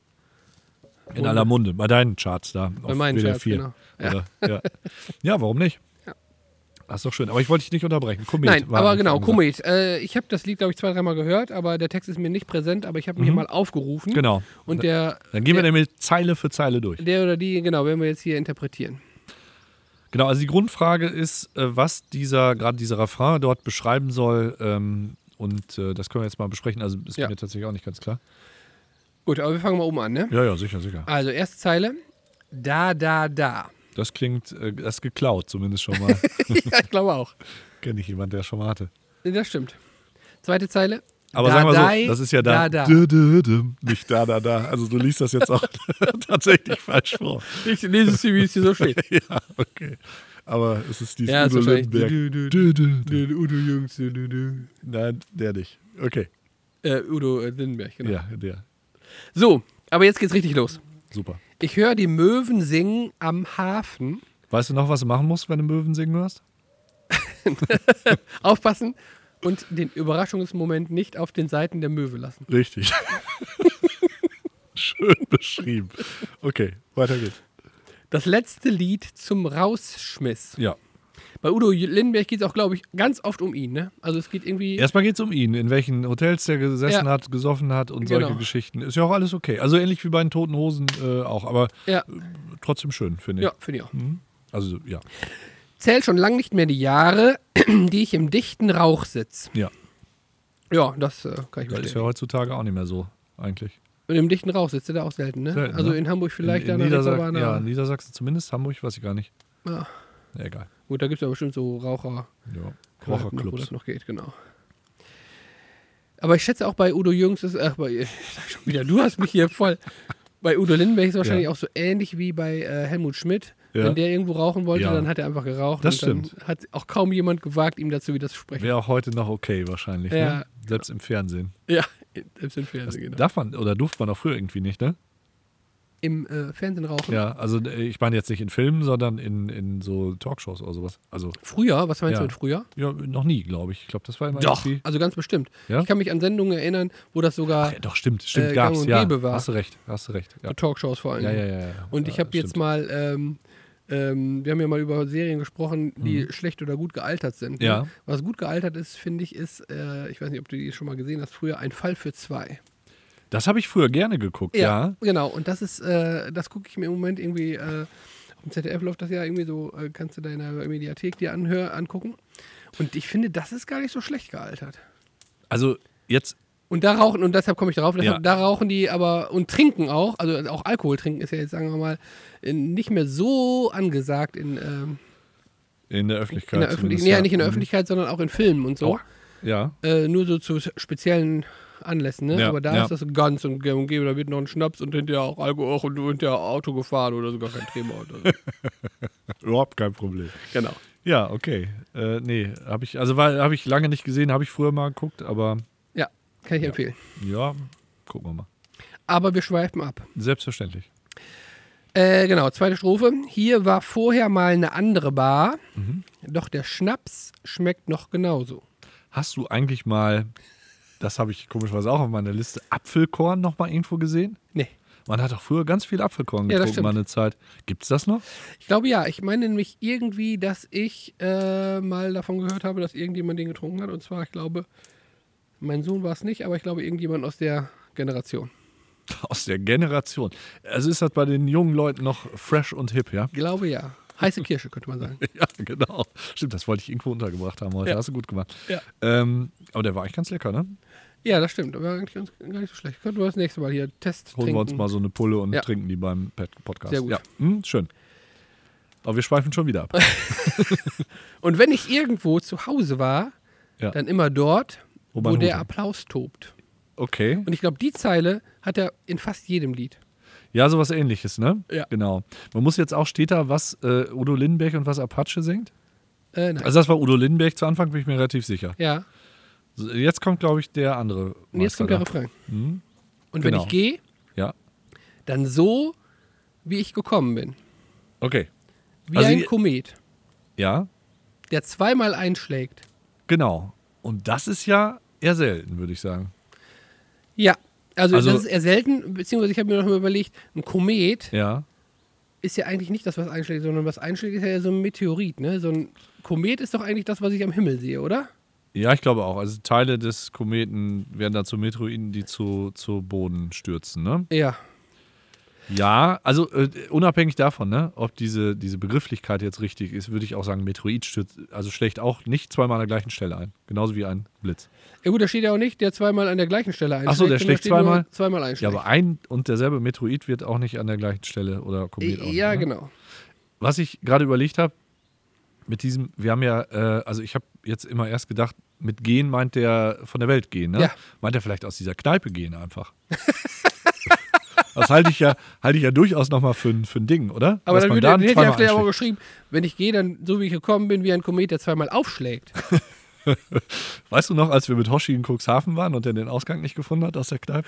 In aller Munde, bei deinen Charts da. Bei meinen W D R Charts, vier. genau. Ja. Oder, ja. ja, warum nicht? Ja. Das ist doch schön. Aber ich wollte dich nicht unterbrechen. Komet Nein, war aber eigentlich genau, angesagt. Komet. Äh, ich habe das Lied, glaube ich, zwei, dreimal gehört, aber der Text ist mir nicht präsent, aber ich habe ihn hier mal aufgerufen. Genau. Und der, Dann gehen wir der, nämlich Zeile für Zeile durch. der oder die, genau, werden wir jetzt hier interpretieren. Genau, also die Grundfrage ist, äh, was dieser, gerade dieser Refrain dort beschreiben soll. Ähm, und äh, das können wir jetzt mal besprechen. Also ist Ja. mir tatsächlich auch nicht ganz klar. Gut, aber wir fangen mal oben an, ne? Ja, ja, sicher, sicher. Also, erste Zeile. Da, da, da. Das klingt, äh, das ist geklaut zumindest schon mal. Ja, ich glaube auch. Kenne ich jemanden, der das schon mal hatte. Das stimmt. Zweite Zeile. Aber da, sagen wir dai, so, das ist ja da, da, da. dü, dü, dü, nicht da, da, da. Also du liest das jetzt auch tatsächlich falsch vor. Ich lese es hier, wie es hier so steht. Ja, okay. Aber es ist dieses Ja, ist Udo wahrscheinlich Lindenberg. dü, dü, Dü, dü, dü. Der Udo Jürgens. dü, dü, dü. Nein, der nicht. Okay, Äh, Udo äh, Lindenberg, genau. ja, der. So, aber jetzt geht's richtig los. Super. Ich höre die Möwen singen am Hafen. Weißt du noch, was du machen musst, wenn du Möwen singen hörst? Aufpassen und den Überraschungsmoment nicht auf den Seiten der Möwe lassen. Richtig. Schön beschrieben. Okay, weiter geht's. Das letzte Lied zum Rausschmiss. Ja. Bei Udo Lindenberg geht es auch, glaube ich, ganz oft um ihn. Ne? Also es geht irgendwie... Erstmal geht es um ihn, in welchen Hotels der gesessen Ja. hat, gesoffen hat und Genau. solche Geschichten. Ist ja auch alles okay. Also ähnlich wie bei den Toten Hosen äh, auch, aber Ja, äh, trotzdem schön, finde ich. ja finde ich auch. Also ja. Zählt schon lang nicht mehr die Jahre, die ich im dichten Rauch sitz. Ja. Ja, das äh, kann ich Das ist ja verstehen. heutzutage auch nicht mehr so, eigentlich. Und im dichten Rauch sitzt er da auch selten, ne? Selten, also ne? in Hamburg vielleicht, in, in da Niedersa- Reeperbahn, Ja, aber- in Niedersachsen zumindest, Hamburg weiß ich gar nicht. Ja. Ja, egal. Gut, da gibt es ja bestimmt so Raucher. Ja. Wo Raucherclubs. das noch geht, genau. Aber ich schätze auch bei Udo Jürgens ist, ach, bei, ich sag schon wieder, du hast mich hier voll. Bei Udo Lindenberg ist es wahrscheinlich Ja. auch so ähnlich wie bei äh, Helmut Schmidt. Ja. Wenn der irgendwo rauchen wollte, Ja. dann hat er einfach geraucht. Das und dann hat auch kaum jemand gewagt, ihm dazu wieder zu sprechen. Wäre auch heute noch okay wahrscheinlich, Ja. ne? Selbst im Fernsehen. Ja, selbst im Das Fernsehen, genau. darf man, oder durfte man auch früher irgendwie nicht, ne? Im äh, Fernsehen rauchen. Ja, also äh, ich meine jetzt nicht in Filmen, sondern in, in so Talkshows oder sowas. Also, Früher, was meinst Ja. du mit früher? ja, noch nie, glaube ich. Ich glaube, das war immer Doch, irgendwie... also ganz bestimmt. Ja? Ich kann mich an Sendungen erinnern, wo das sogar Ach, ja, doch, stimmt, stimmt, äh, gab's, gang und ja. gäbe war. Hast du recht, hast du recht. Ja, so Talkshows vor allem. ja, ja, ja, ja. Und ich Ja, habe jetzt stimmt. mal, ähm, ähm, wir haben ja mal über Serien gesprochen, die schlecht oder gut gealtert sind. Ne? Mhm. Ja. Was gut gealtert ist, finde ich, ist, äh, ich weiß nicht, ob du die schon mal gesehen hast, früher Ein Fall für zwei. Das habe ich früher gerne geguckt, ja. Genau. Und das ist, äh, das gucke ich mir im Moment irgendwie, äh, auf dem Z D F läuft das ja irgendwie so, äh, kannst du da in der Mediathek dir anhör, angucken. Und ich finde, das ist gar nicht so schlecht gealtert. Also jetzt, Und da rauchen, und deshalb komme ich darauf, deshalb, Ja. da rauchen die aber und trinken auch, also auch Alkohol trinken ist ja jetzt, sagen wir mal, in, nicht mehr so angesagt in, ähm, in der in Öffentlichkeit der Öffentlichkeit, zumindest, nee, ja. nicht in der Mhm. Öffentlichkeit, sondern auch in Filmen und so. Oh. Ja, Äh, nur so zu speziellen Anlässen, ne? Ja, Aber da ja. ist das ganz und gang und gäbe, da wird noch ein Schnaps und hinterher auch Alkohol und hinterher Auto gefahren oder sogar kein Thema. Oder so. überhaupt kein Problem. Genau. Ja, okay. Äh, nee, habe ich, also habe ich lange nicht gesehen, habe ich früher mal geguckt, aber Ja, kann ich empfehlen. ja, gucken wir mal. Aber wir schweifen ab. Selbstverständlich. Äh, genau, zweite Strophe. Hier war vorher mal eine andere Bar, doch der Schnaps schmeckt noch genauso. Hast du eigentlich mal das habe ich komischerweise auch auf meiner Liste, Apfelkorn noch mal irgendwo gesehen? Nee. Man hat doch früher ganz viel Apfelkorn Ja, das getrunken, mal eine Zeit. Gibt's das noch? Ich glaube ja. Ich meine nämlich irgendwie, dass ich äh, mal davon gehört habe, dass irgendjemand den getrunken hat. Und zwar, ich glaube, mein Sohn war es nicht, aber ich glaube, irgendjemand aus der Generation. Aus der Generation. Also ist das bei den jungen Leuten noch fresh und hip, ja? Ich glaube ja. Heiße Kirsche, könnte man sagen. Ja, genau. Stimmt, das wollte ich irgendwo untergebracht haben heute. Ja. Hast du gut gemacht. Ja. Ähm, aber der war eigentlich ganz lecker, ne? Ja, das stimmt. Aber eigentlich ganz, gar nicht so schlecht. Könnten wir das nächste Mal hier Test Holen trinken. wir uns mal so eine Pulle und Ja. trinken die beim Podcast. Sehr gut. Ja, hm, schön. Aber wir schweifen schon wieder ab. Und wenn ich irgendwo zu Hause war, Ja. dann immer dort, Wo wo, man der Hut hat. Applaus tobt. Okay. Und ich glaube, die Zeile hat er in fast jedem Lied. Ja, sowas ähnliches, ne? Ja. Genau. Man muss jetzt auch, steht da, was äh, Udo Lindenberg und was Apache singt? Äh, nein. Also das war Udo Lindenberg zu Anfang, bin ich mir relativ sicher. ja. So, jetzt kommt, glaube ich, der andere. Und jetzt Meister kommt der da. Refrain. Hm? Und Genau. wenn ich gehe, Ja. dann so, wie ich gekommen bin. Okay. Wie Also ein ihr- Komet, Ja, der zweimal einschlägt. genau. Und das ist ja eher selten, würde ich sagen. Ja, also, Also- das ist eher selten, beziehungsweise ich habe mir noch mal überlegt, ein Komet Ja. ist ja eigentlich nicht das, was einschlägt, sondern was einschlägt, ist ja so ein Meteorit. Ne? So ein Komet ist doch eigentlich das, was ich am Himmel sehe, oder? Ja, ich glaube auch. Also Teile des Kometen werden dann zu Meteoriten, die zu, zu Boden stürzen, ne? Ja. Ja, also äh, unabhängig davon, ne, ob diese, diese Begrifflichkeit jetzt richtig ist, würde ich auch sagen, Meteorit stürzt, also schlägt auch nicht zweimal an der gleichen Stelle ein. Genauso wie ein Blitz. Ja gut, da steht ja auch nicht, der zweimal an der gleichen Stelle einschlägt. Ach so, der sondern schlägt steht nur zweimal? Zweimal Ja, einschlägt. aber ein und derselbe Meteorit wird auch nicht an der gleichen Stelle oder Komet auch nicht, Ja, ne? genau. Was ich gerade überlegt habe, mit diesem, wir haben ja, äh, also ich habe jetzt immer erst gedacht, mit gehen meint der von der Welt gehen, ne? Ja. Meint er vielleicht aus dieser Kneipe gehen einfach. Das halte ich ja, halte ich ja durchaus nochmal für, ein- für ein Ding, oder? Aber Dass dann man würde, da dann hätte er zweimal vielleicht auch einschlägt. geschrieben, wenn ich gehe, dann so wie ich gekommen bin, wie ein Komet, der zweimal aufschlägt. Weißt du noch, als wir mit Hoshi in Cuxhaven waren und er den Ausgang nicht gefunden hat aus der Kneipe?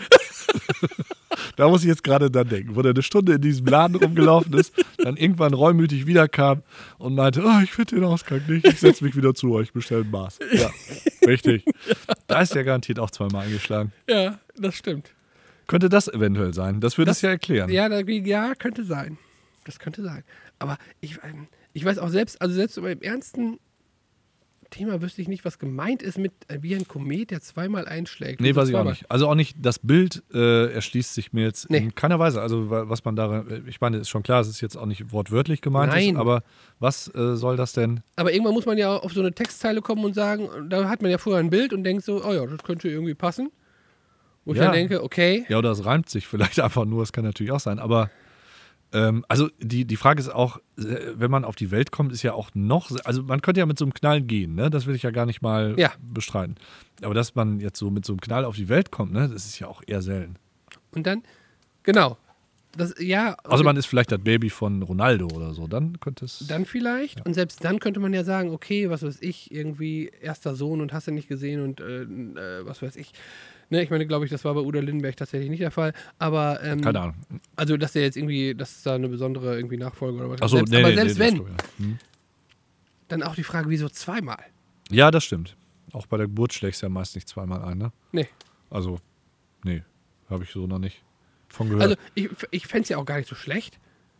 Da muss ich jetzt gerade dran denken, wo der eine Stunde in diesem Laden rumgelaufen ist, dann irgendwann reumütig wiederkam und meinte, oh, ich finde den Ausgang nicht, ich setze mich wieder zu euch, bestelle ein Maß. Ja, richtig. Da ist der garantiert auch zweimal eingeschlagen. Ja, das stimmt. Könnte das eventuell sein? Das würde Das- es ja erklären. Ja, da, ja, könnte sein. Das könnte sein. Aber ich, ähm, ich weiß auch selbst, also selbst beim ernsten Thema wüsste ich nicht, was gemeint ist mit äh, wie ein Komet, der zweimal einschlägt. Nee, Wieso weiß ich auch zweimal? nicht. Also auch nicht, das Bild äh, erschließt sich mir jetzt Nee. in keiner Weise. Also wa- was man da, ich meine, ist schon klar, es ist jetzt auch nicht wortwörtlich gemeint, Nein. ist, aber was äh, soll das denn? Aber irgendwann muss man ja auf so eine Textzeile kommen und sagen, da hat man ja vorher ein Bild und denkt so, oh ja, das könnte irgendwie passen. Wo ich Ja. dann denke, okay, Ja, oder es reimt sich vielleicht einfach nur, das kann natürlich auch sein. Aber ähm, also die, die Frage ist auch, äh, wenn man auf die Welt kommt, ist ja auch noch, also man könnte ja mit so einem Knall gehen, ne? Das will ich ja gar nicht mal Ja. bestreiten. Aber dass man jetzt so mit so einem Knall auf die Welt kommt, ne, das ist ja auch eher selten. und dann, genau. Das, ja, Also man ist vielleicht das Baby von Ronaldo oder so, dann könnte es. dann vielleicht. Und selbst dann könnte man ja sagen, okay, was weiß ich, irgendwie erster Sohn und hast du nicht gesehen und äh, äh, was weiß ich. Ne, ich meine, glaube ich, das war bei Udo Lindenberg tatsächlich nicht der Fall. Aber ähm, Keine Ahnung. also, dass der jetzt irgendwie, dass es da eine besondere irgendwie Nachfolge oder was Achso, selbst, nee, aber nee, selbst nee, das wenn, stimmt, ja. Hm. dann auch die Frage, wieso zweimal? Ja, das stimmt. Auch bei der Geburt schlägst du ja meist nicht zweimal ein, ne? Nee. Also, nee, habe ich so noch nicht von gehört. Also, ich, ich fände es ja auch gar nicht so schlecht,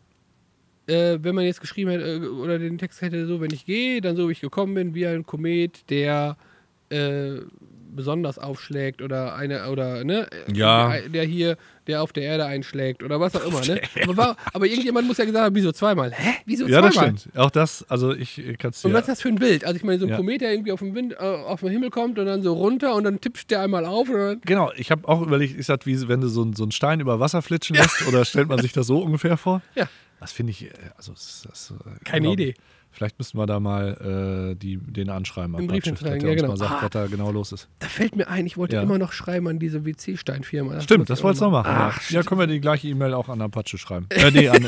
äh, wenn man jetzt geschrieben hätte, äh, oder den Text hätte, so, wenn ich gehe, dann so wie ich gekommen bin, wie ein Komet, der äh, besonders aufschlägt oder eine, oder, ne, Ja. der, der hier, der auf der Erde einschlägt oder was auch immer, ne? Aber, war, aber irgendjemand muss ja gesagt haben, wieso zweimal? Hä? Wieso ja, zweimal? das stimmt. Auch das, also ich kann es Und dir. was ist das für ein Bild? Also ich meine, so ein Ja. Komet, der irgendwie auf den, Wind, äh, auf den Himmel kommt und dann so runter und dann tippst der einmal auf. Oder? Genau, ich habe auch überlegt, ist das wie wenn du so, einen- so einen Stein über Wasser flitschen lässt oder stellt man sich das so ungefähr vor? Ja. Das finde ich, äh, also das, das, äh, Keine glaub- Idee. Vielleicht müssten wir da mal äh, die, den anschreiben. Im Apache, Brief dass hinschreiben, der ja, uns genau. mal sagt, Ah. was da genau los ist. Da fällt mir ein, ich wollte Ja. immer noch schreiben an diese W C-Steinfirma. Stimmt, das wolltest du noch machen. Ach, ja. ja, können wir die gleiche E-Mail auch an Apache schreiben. Äh, nee, an,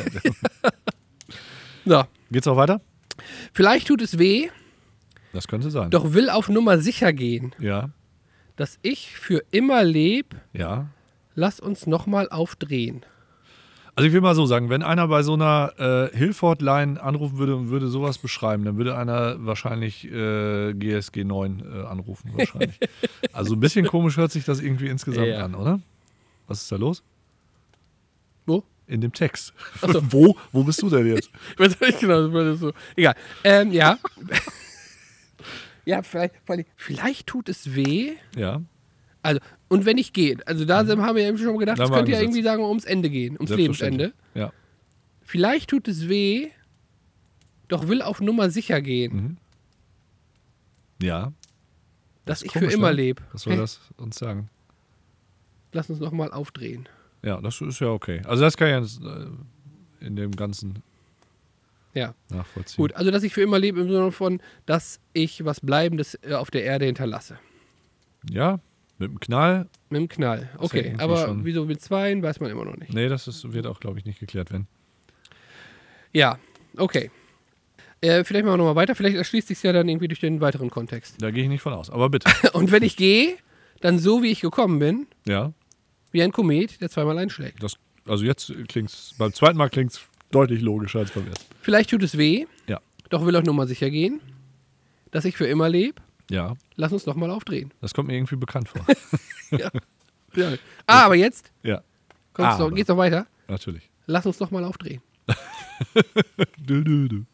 So, geht's auch weiter? vielleicht tut es weh, Das könnte sein. doch will auf Nummer sicher gehen, Ja, dass ich für immer leb, ja. lass uns nochmal aufdrehen. Also ich will mal so sagen, wenn einer bei so einer äh, Hilfe-Hotline anrufen würde und würde sowas beschreiben, dann würde einer wahrscheinlich äh, G S G neun äh, anrufen wahrscheinlich. Also ein bisschen komisch hört sich das irgendwie insgesamt Ja. an, oder? Was ist da los? Wo? In dem Text. Ach so. Wo? Wo bist du denn jetzt? Ich weiß nicht genau, das ist so. Egal. Ähm, ja. ja, vielleicht, vielleicht tut es weh. Ja. Also, und wenn ich gehe, also da sind- haben wir ja eben schon gedacht, Da es haben wir könnte ja angesetzt. irgendwie sagen, ums Ende gehen, ums Selbstverständlich. Lebensende. Ja. Vielleicht tut es weh, doch will auf Nummer sicher gehen, Mhm. Ja. dass ist ich komisch, für immer ne? lebe. Was soll das uns sagen? Lass uns nochmal aufdrehen. Ja, das ist ja okay. Also das kann ich ja äh, in dem Ganzen Ja. nachvollziehen. Gut, also dass ich für immer lebe im Sinne von, dass ich was Bleibendes äh, auf der Erde hinterlasse. Ja, mit dem Knall. Mit dem Knall. ja Okay, irgendwie aber schon- wieso mit zweien, weiß man immer noch nicht. Nee, das ist, wird auch, glaube ich, nicht geklärt werden. Ja, okay. Äh, vielleicht machen wir nochmal weiter, vielleicht erschließt sich ja dann irgendwie durch den weiteren Kontext. Da gehe ich nicht von aus. Aber bitte. Und wenn ich gehe, dann so wie ich gekommen bin, Ja. wie ein Komet, der zweimal einschlägt. Das, also jetzt klingt's, beim zweiten Mal klingt es deutlich logischer als beim ersten. Vielleicht tut es weh, Ja. doch will auch nur mal sicher gehen, dass ich für immer lebe. Ja, Lass uns doch mal aufdrehen. das kommt mir irgendwie bekannt vor. Ja. Ah, aber jetzt Ja, kommt's Aber. noch, geht's noch weiter. natürlich. Lass uns doch mal aufdrehen. Du, du, du.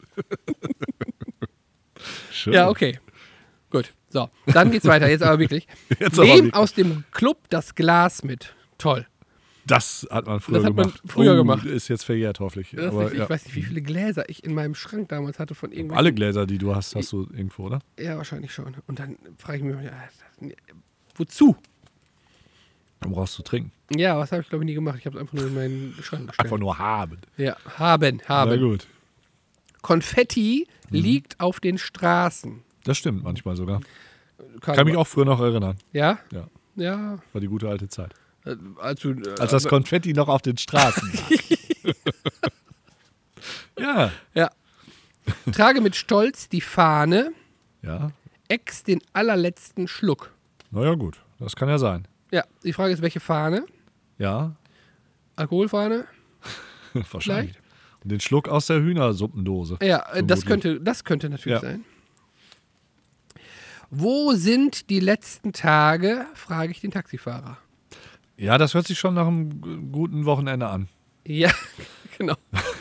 Schön. Ja, okay. Gut. So, dann geht's weiter. Jetzt aber wirklich. Jetzt aber Nehm wirklich. aus dem Club das Glas mit. Toll. Das hat man früher Das hat man gemacht. früher oh, gemacht. Ist jetzt verjährt, hoffentlich. Das ist Aber, richtig. ja. Ich weiß nicht, wie viele Gläser ich in meinem Schrank damals hatte von irgendwelchen. Alle Gläser, die du hast, hast du irgendwo, oder? Ja, wahrscheinlich schon. Und dann frage ich mich, ja, das- wozu? Dann brauchst du trinken. Ja, was habe ich glaube ich nie gemacht. Ich habe es einfach nur in meinen Schrank gestellt. Einfach nur haben. Ja, haben, Na haben. gut. Konfetti Mhm. liegt auf den Straßen. Das stimmt manchmal sogar. Kann, Kann mich auch früher noch erinnern. Ja? Ja. Ja. War die gute alte Zeit. äh, Also, äh, Als das aber- Konfetti noch auf den Straßen lag. Ja. ja. Trage mit Stolz die Fahne, Ja. ex den allerletzten Schluck. Naja, gut. Das kann ja sein. Ja, die Frage ist, welche Fahne? Ja. Alkoholfahne? Wahrscheinlich. Und den Schluck aus der Hühnersuppendose. Ja, äh, das Vermutlich. könnte, das könnte natürlich Ja. sein. Wo sind die letzten Tage, frage ich den Taxifahrer. Ja, das hört sich schon nach einem g- guten Wochenende an. Ja, genau.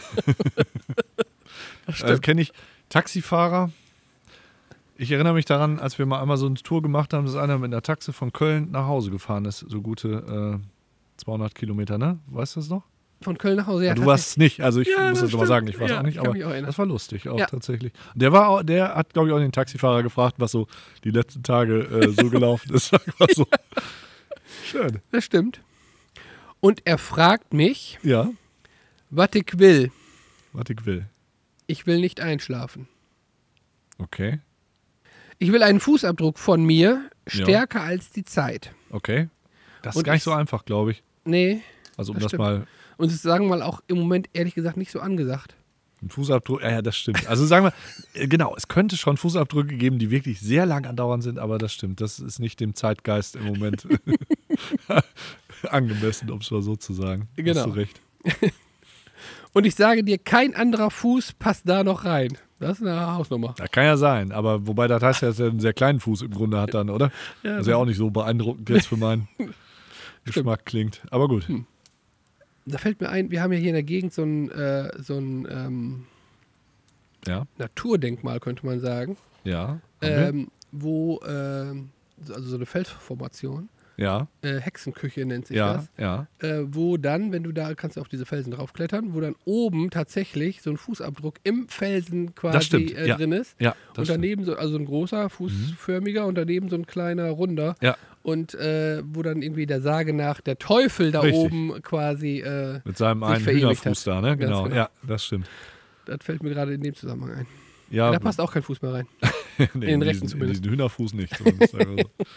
Also kenne ich Taxifahrer. Ich erinnere mich daran, als wir mal einmal so eine Tour gemacht haben, dass einer mit einer Taxe von Köln nach Hause gefahren ist. So gute äh, zweihundert Kilometer, ne? Weißt du das noch? Von Köln nach Hause. Ja, du warst es nicht, also ich Ja, muss das das nochmal stimmt. sagen, ich weiß Ja, auch nicht, ich kann aber mich auch erinnern. das war lustig auch Ja. tatsächlich. Der war auch, der hat, glaube ich, auch den Taxifahrer gefragt, was so die letzten Tage äh, so gelaufen ist. Sag mal so. Schön. das stimmt. Und er fragt mich, Ja, was ich will. was ich will. Ich will nicht einschlafen. Okay, Ich will einen Fußabdruck von mir, stärker als die Zeit. okay. Das Und ist gar nicht ich- so einfach, glaube ich. Nee. Also um Das das, stimmt. mal, Und es ist, sagen wir mal, auch im Moment ehrlich gesagt nicht so angesagt. ein Fußabdruck, ja, ja, das stimmt. Also sagen wir, äh, genau, es könnte schon Fußabdrücke geben, die wirklich sehr lang andauernd sind, aber das stimmt. Das ist nicht dem Zeitgeist im Moment angemessen, um es mal so zu sagen. Genau. Hast du recht. Und ich sage dir, kein anderer Fuß passt da noch rein. Das ist eine Hausnummer. Ja, kann ja sein, aber wobei das heißt ja, dass er einen sehr kleinen Fuß im Grunde hat dann, oder? Ja, Was ja auch nicht so beeindruckend jetzt für meinen Geschmack klingt. Aber gut. Hm. Da fällt mir ein, wir haben ja hier in der Gegend so ein, äh, so ein ähm, Ja, Naturdenkmal, könnte man sagen, ja. Haben wir? ähm, wo, ähm, also so eine Felsformation, ja, äh, Hexenküche nennt sich ja, das, ja. äh, wo dann, wenn du da, kannst du auf diese Felsen draufklettern, wo dann oben tatsächlich so ein Fußabdruck im Felsen quasi Das stimmt, äh, ja. drin ist. Ja, Und das stimmt. daneben so, also ein großer, fußförmiger und daneben so ein kleiner, runder. Ja, Und äh, wo dann irgendwie der Sage nach der Teufel da Richtig. oben quasi, äh, mit seinem sich einen verewigt Hühnerfuß hat. da, ne? Ganz Genau. genau. Ja, das stimmt. das fällt mir gerade in dem Zusammenhang ein. Ja, da passt auch kein Fuß mehr rein. nee, in den in rechten diesen, in zumindest. diesen Hühnerfuß nicht. Zumindest, sagen wir so.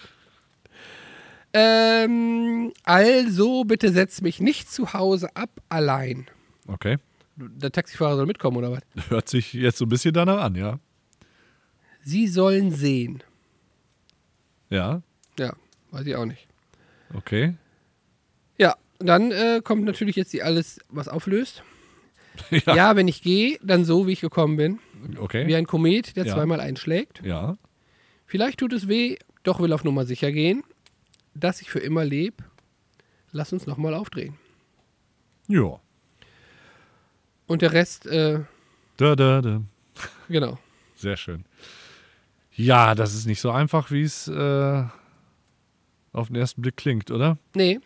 Ähm, also, bitte setz mich nicht zu Hause ab, allein. Okay. Der Taxifahrer soll mitkommen, oder was? Hört sich jetzt so ein bisschen danach an, ja. Sie sollen sehen. Ja, Ja, weiß ich auch nicht. okay. Ja, Dann äh, kommt natürlich jetzt die alles, was auflöst. Ja. Ja, wenn ich gehe, dann so, wie ich gekommen bin. Okay. Wie ein Komet, der Ja. zweimal einschlägt. Ja. Vielleicht tut es weh, doch will auf Nummer sicher gehen. Dass ich für immer lebe, lass uns nochmal aufdrehen. Ja. Und der Rest, äh, Da, da, da. genau. Sehr schön. Ja, das ist nicht so einfach, wie es äh, auf den ersten Blick klingt, oder? Nee,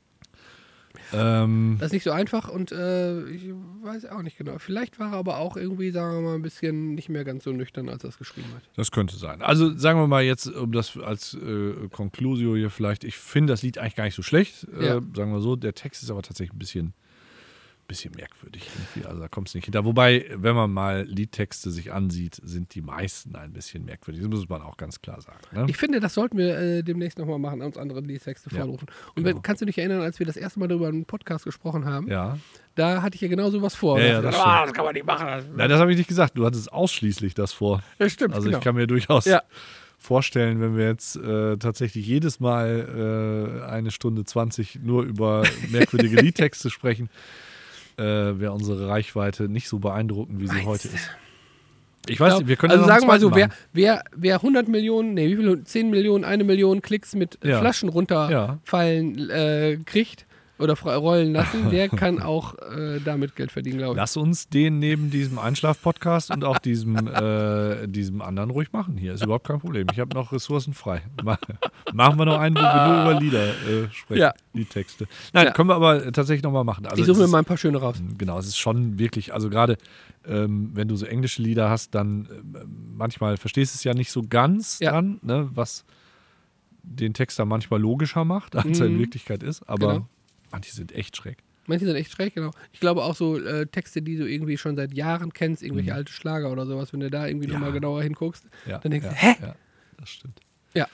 Ähm, das ist nicht so einfach und äh, ich weiß auch nicht genau. Vielleicht war er aber auch irgendwie, sagen wir mal, ein bisschen nicht mehr ganz so nüchtern, als er es geschrieben hat. das könnte sein. Also sagen wir mal jetzt, um das als äh, Conclusio hier vielleicht, ich finde das Lied eigentlich gar nicht so schlecht, Ja. äh, sagen wir so. Der Text ist aber tatsächlich ein bisschen, bisschen merkwürdig irgendwie. Also da kommt es nicht hinter. Wobei, wenn man mal Liedtexte sich ansieht, sind die meisten ein bisschen merkwürdig. Das muss man auch ganz klar sagen. Ne? Ich finde, das sollten wir äh, demnächst nochmal machen, uns andere Liedtexte Ja, vorrufen. Und genau. wenn, kannst du dich erinnern, als wir das erste Mal darüber einen Podcast gesprochen haben? Ja. Da hatte ich ja genau sowas vor. Ja, Und ja, da das dachte ich, stimmt. ah, das kann man nicht machen. Das, Nein, das habe ich nicht gesagt. Du hattest ausschließlich das vor. das stimmt, Also genau. ich kann mir durchaus Ja. vorstellen, wenn wir jetzt äh, tatsächlich jedes Mal äh, eine Stunde zwanzig nur über merkwürdige Liedtexte sprechen, äh, wäre unsere Reichweite nicht so beeindruckend, wie sie Meinst heute du? ist. Ich weiß glaub, nicht, wir können also ja noch einen sagen wir mal so, zweiten wer, machen. wer, wer hundert Millionen, nee, wie viel, zehn Millionen, eine Million Klicks mit Ja. Flaschen runterfallen äh, kriegt oder fra- rollen lassen, der kann auch äh, damit Geld verdienen, glaube ich. Lass uns den neben diesem Einschlaf-Podcast und auch diesem, äh, diesem anderen ruhig machen. Hier ist überhaupt kein Problem. Ich habe noch Ressourcen frei. Ma- Machen wir noch einen, wo wir nur über Lieder äh, sprechen, Ja. Liedtexte. Nein, Ja. können wir aber tatsächlich nochmal machen. Also ich suche es mir ist- mal ein paar schöne raus. Genau, es ist schon wirklich, also gerade ähm, wenn du so englische Lieder hast, dann äh, manchmal verstehst du es ja nicht so ganz Ja. dran, ne, was den Text dann manchmal logischer macht, als er in Mhm. Wirklichkeit ist. Aber Genau. manche sind echt schräg. Manche sind echt schräg, genau. Ich glaube auch so äh, Texte, die du irgendwie schon seit Jahren kennst, irgendwelche Mhm. alte Schlager oder sowas, wenn du da irgendwie Ja. nochmal genauer hinguckst, Ja, dann denkst ja, du, hä? Ja, das stimmt. Ja.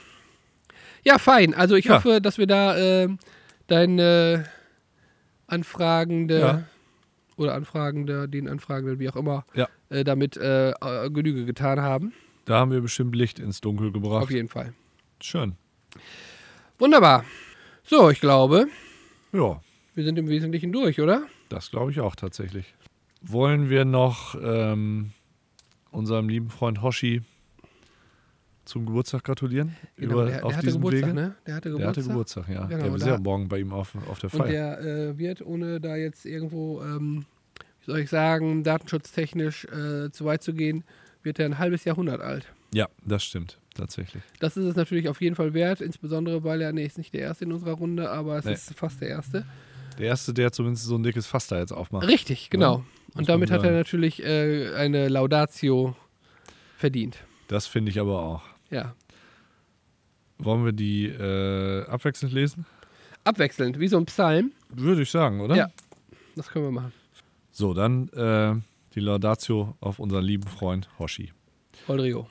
Ja, fein. Also ich Ja. hoffe, dass wir da äh, deine Anfragende Ja. oder Anfragende, den Anfragenden, wie auch immer, Ja. äh, damit äh, äh, Genüge getan haben. Da haben wir bestimmt Licht ins Dunkel gebracht. Auf jeden Fall. Schön. Wunderbar. So, ich glaube, Ja, wir sind im Wesentlichen durch, oder? das glaube ich auch tatsächlich. Wollen wir noch ähm, unserem lieben Freund Hoshi zum Geburtstag gratulieren? Genau, Über, der, der auf hatte diesem Geburtstag, Wege? ne? Der hatte Der Geburtstag. hatte Geburtstag, ja. Genau, der wir da- sind ja morgen bei ihm auf, auf der Und Feier. der äh, wird, ohne da jetzt irgendwo, ähm, wie soll ich sagen, datenschutztechnisch äh, zu weit zu gehen, wird er ein halbes Jahrhundert alt. Ja, das stimmt, tatsächlich. Das ist es natürlich auf jeden Fall wert, insbesondere weil er, nee, ist nicht der Erste in unserer Runde, aber es Nee. ist fast der Erste. Der Erste, der zumindest so ein dickes Fass da jetzt aufmacht. Richtig, genau. muss Und damit man hat er sagen. natürlich äh, eine Laudatio verdient. Das finde ich aber auch. Ja. Wollen wir die äh, abwechselnd lesen? Abwechselnd, wie so ein Psalm. Würde ich sagen, oder? Ja. Das können wir machen. So, dann äh, die Laudatio auf unseren lieben Freund Hoshi. Rodrigo.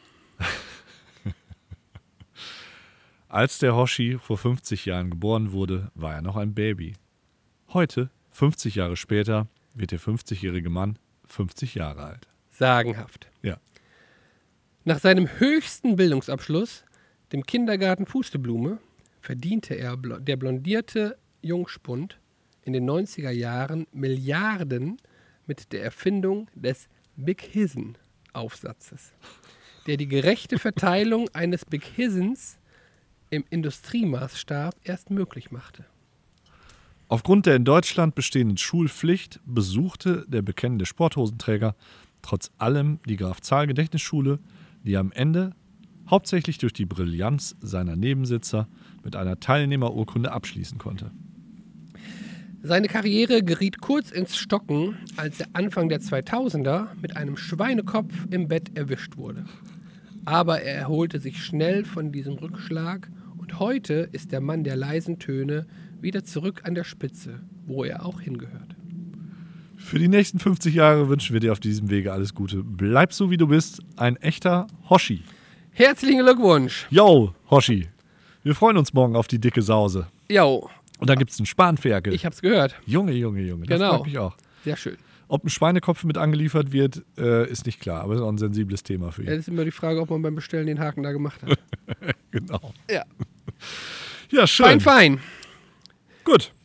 Als der Hoshi vor fünfzig Jahren geboren wurde, war er noch ein Baby. Heute, fünfzig Jahre später, wird der fünfzigjährige Mann fünfzig Jahre alt. Sagenhaft. Ja. Nach seinem höchsten Bildungsabschluss, dem Kindergarten Pusteblume, verdiente er, blo- der blondierte Jungspund, in den neunziger Jahren Milliarden mit der Erfindung des Big Hissen-Aufsatzes, der die gerechte Verteilung eines Big Hissens im Industriemaßstab erst möglich machte. Aufgrund der in Deutschland bestehenden Schulpflicht besuchte der bekennende Sporthosenträger trotz allem die Graf-Zahl-Gedächtnisschule, die er am Ende hauptsächlich durch die Brillanz seiner Nebensitzer mit einer Teilnehmerurkunde abschließen konnte. Seine Karriere geriet kurz ins Stocken, als er Anfang der zweitausender mit einem Schweinekopf im Bett erwischt wurde. Aber er erholte sich schnell von diesem Rückschlag und heute ist der Mann der leisen Töne wieder zurück an der Spitze, wo er auch hingehört. Für die nächsten fünfzig Jahre wünschen wir dir auf diesem Wege alles Gute. Bleib so, wie du bist. Ein echter Hoshi. Herzlichen Glückwunsch! Yo, Hoshi. Wir freuen uns morgen auf die dicke Sause. Jo, Und da gibt es einen Spanferkel. ich hab's gehört. Junge, Junge, Junge. Das Genau. freut mich auch. Sehr schön. Ob ein Schweinekopf mit angeliefert wird, äh, ist nicht klar. Aber ist auch ein sensibles Thema für ihn. Ja, das ist immer die Frage, ob man beim Bestellen den Haken da gemacht hat. Genau. Ja. Ja, schön. Fein, fein. Gut.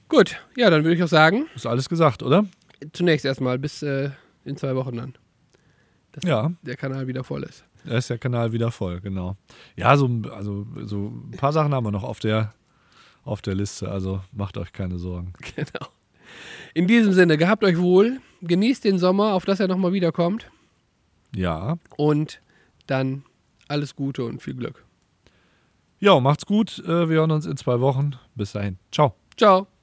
Gut, ja, dann würde ich auch sagen, Ist alles gesagt, oder? zunächst erstmal bis äh, in zwei Wochen dann, dass Ja. der Kanal wieder voll ist. Da ist der Kanal wieder voll, genau. Ja, so, also, so ein paar Sachen haben wir noch auf der, auf der Liste, also macht euch keine Sorgen. Genau. In diesem Sinne, gehabt euch wohl, genießt den Sommer, auf dass er nochmal wiederkommt Ja. und dann alles Gute und viel Glück. Ja, macht's gut. Äh, Wir hören uns in zwei Wochen. Bis dahin. Ciao. Ciao.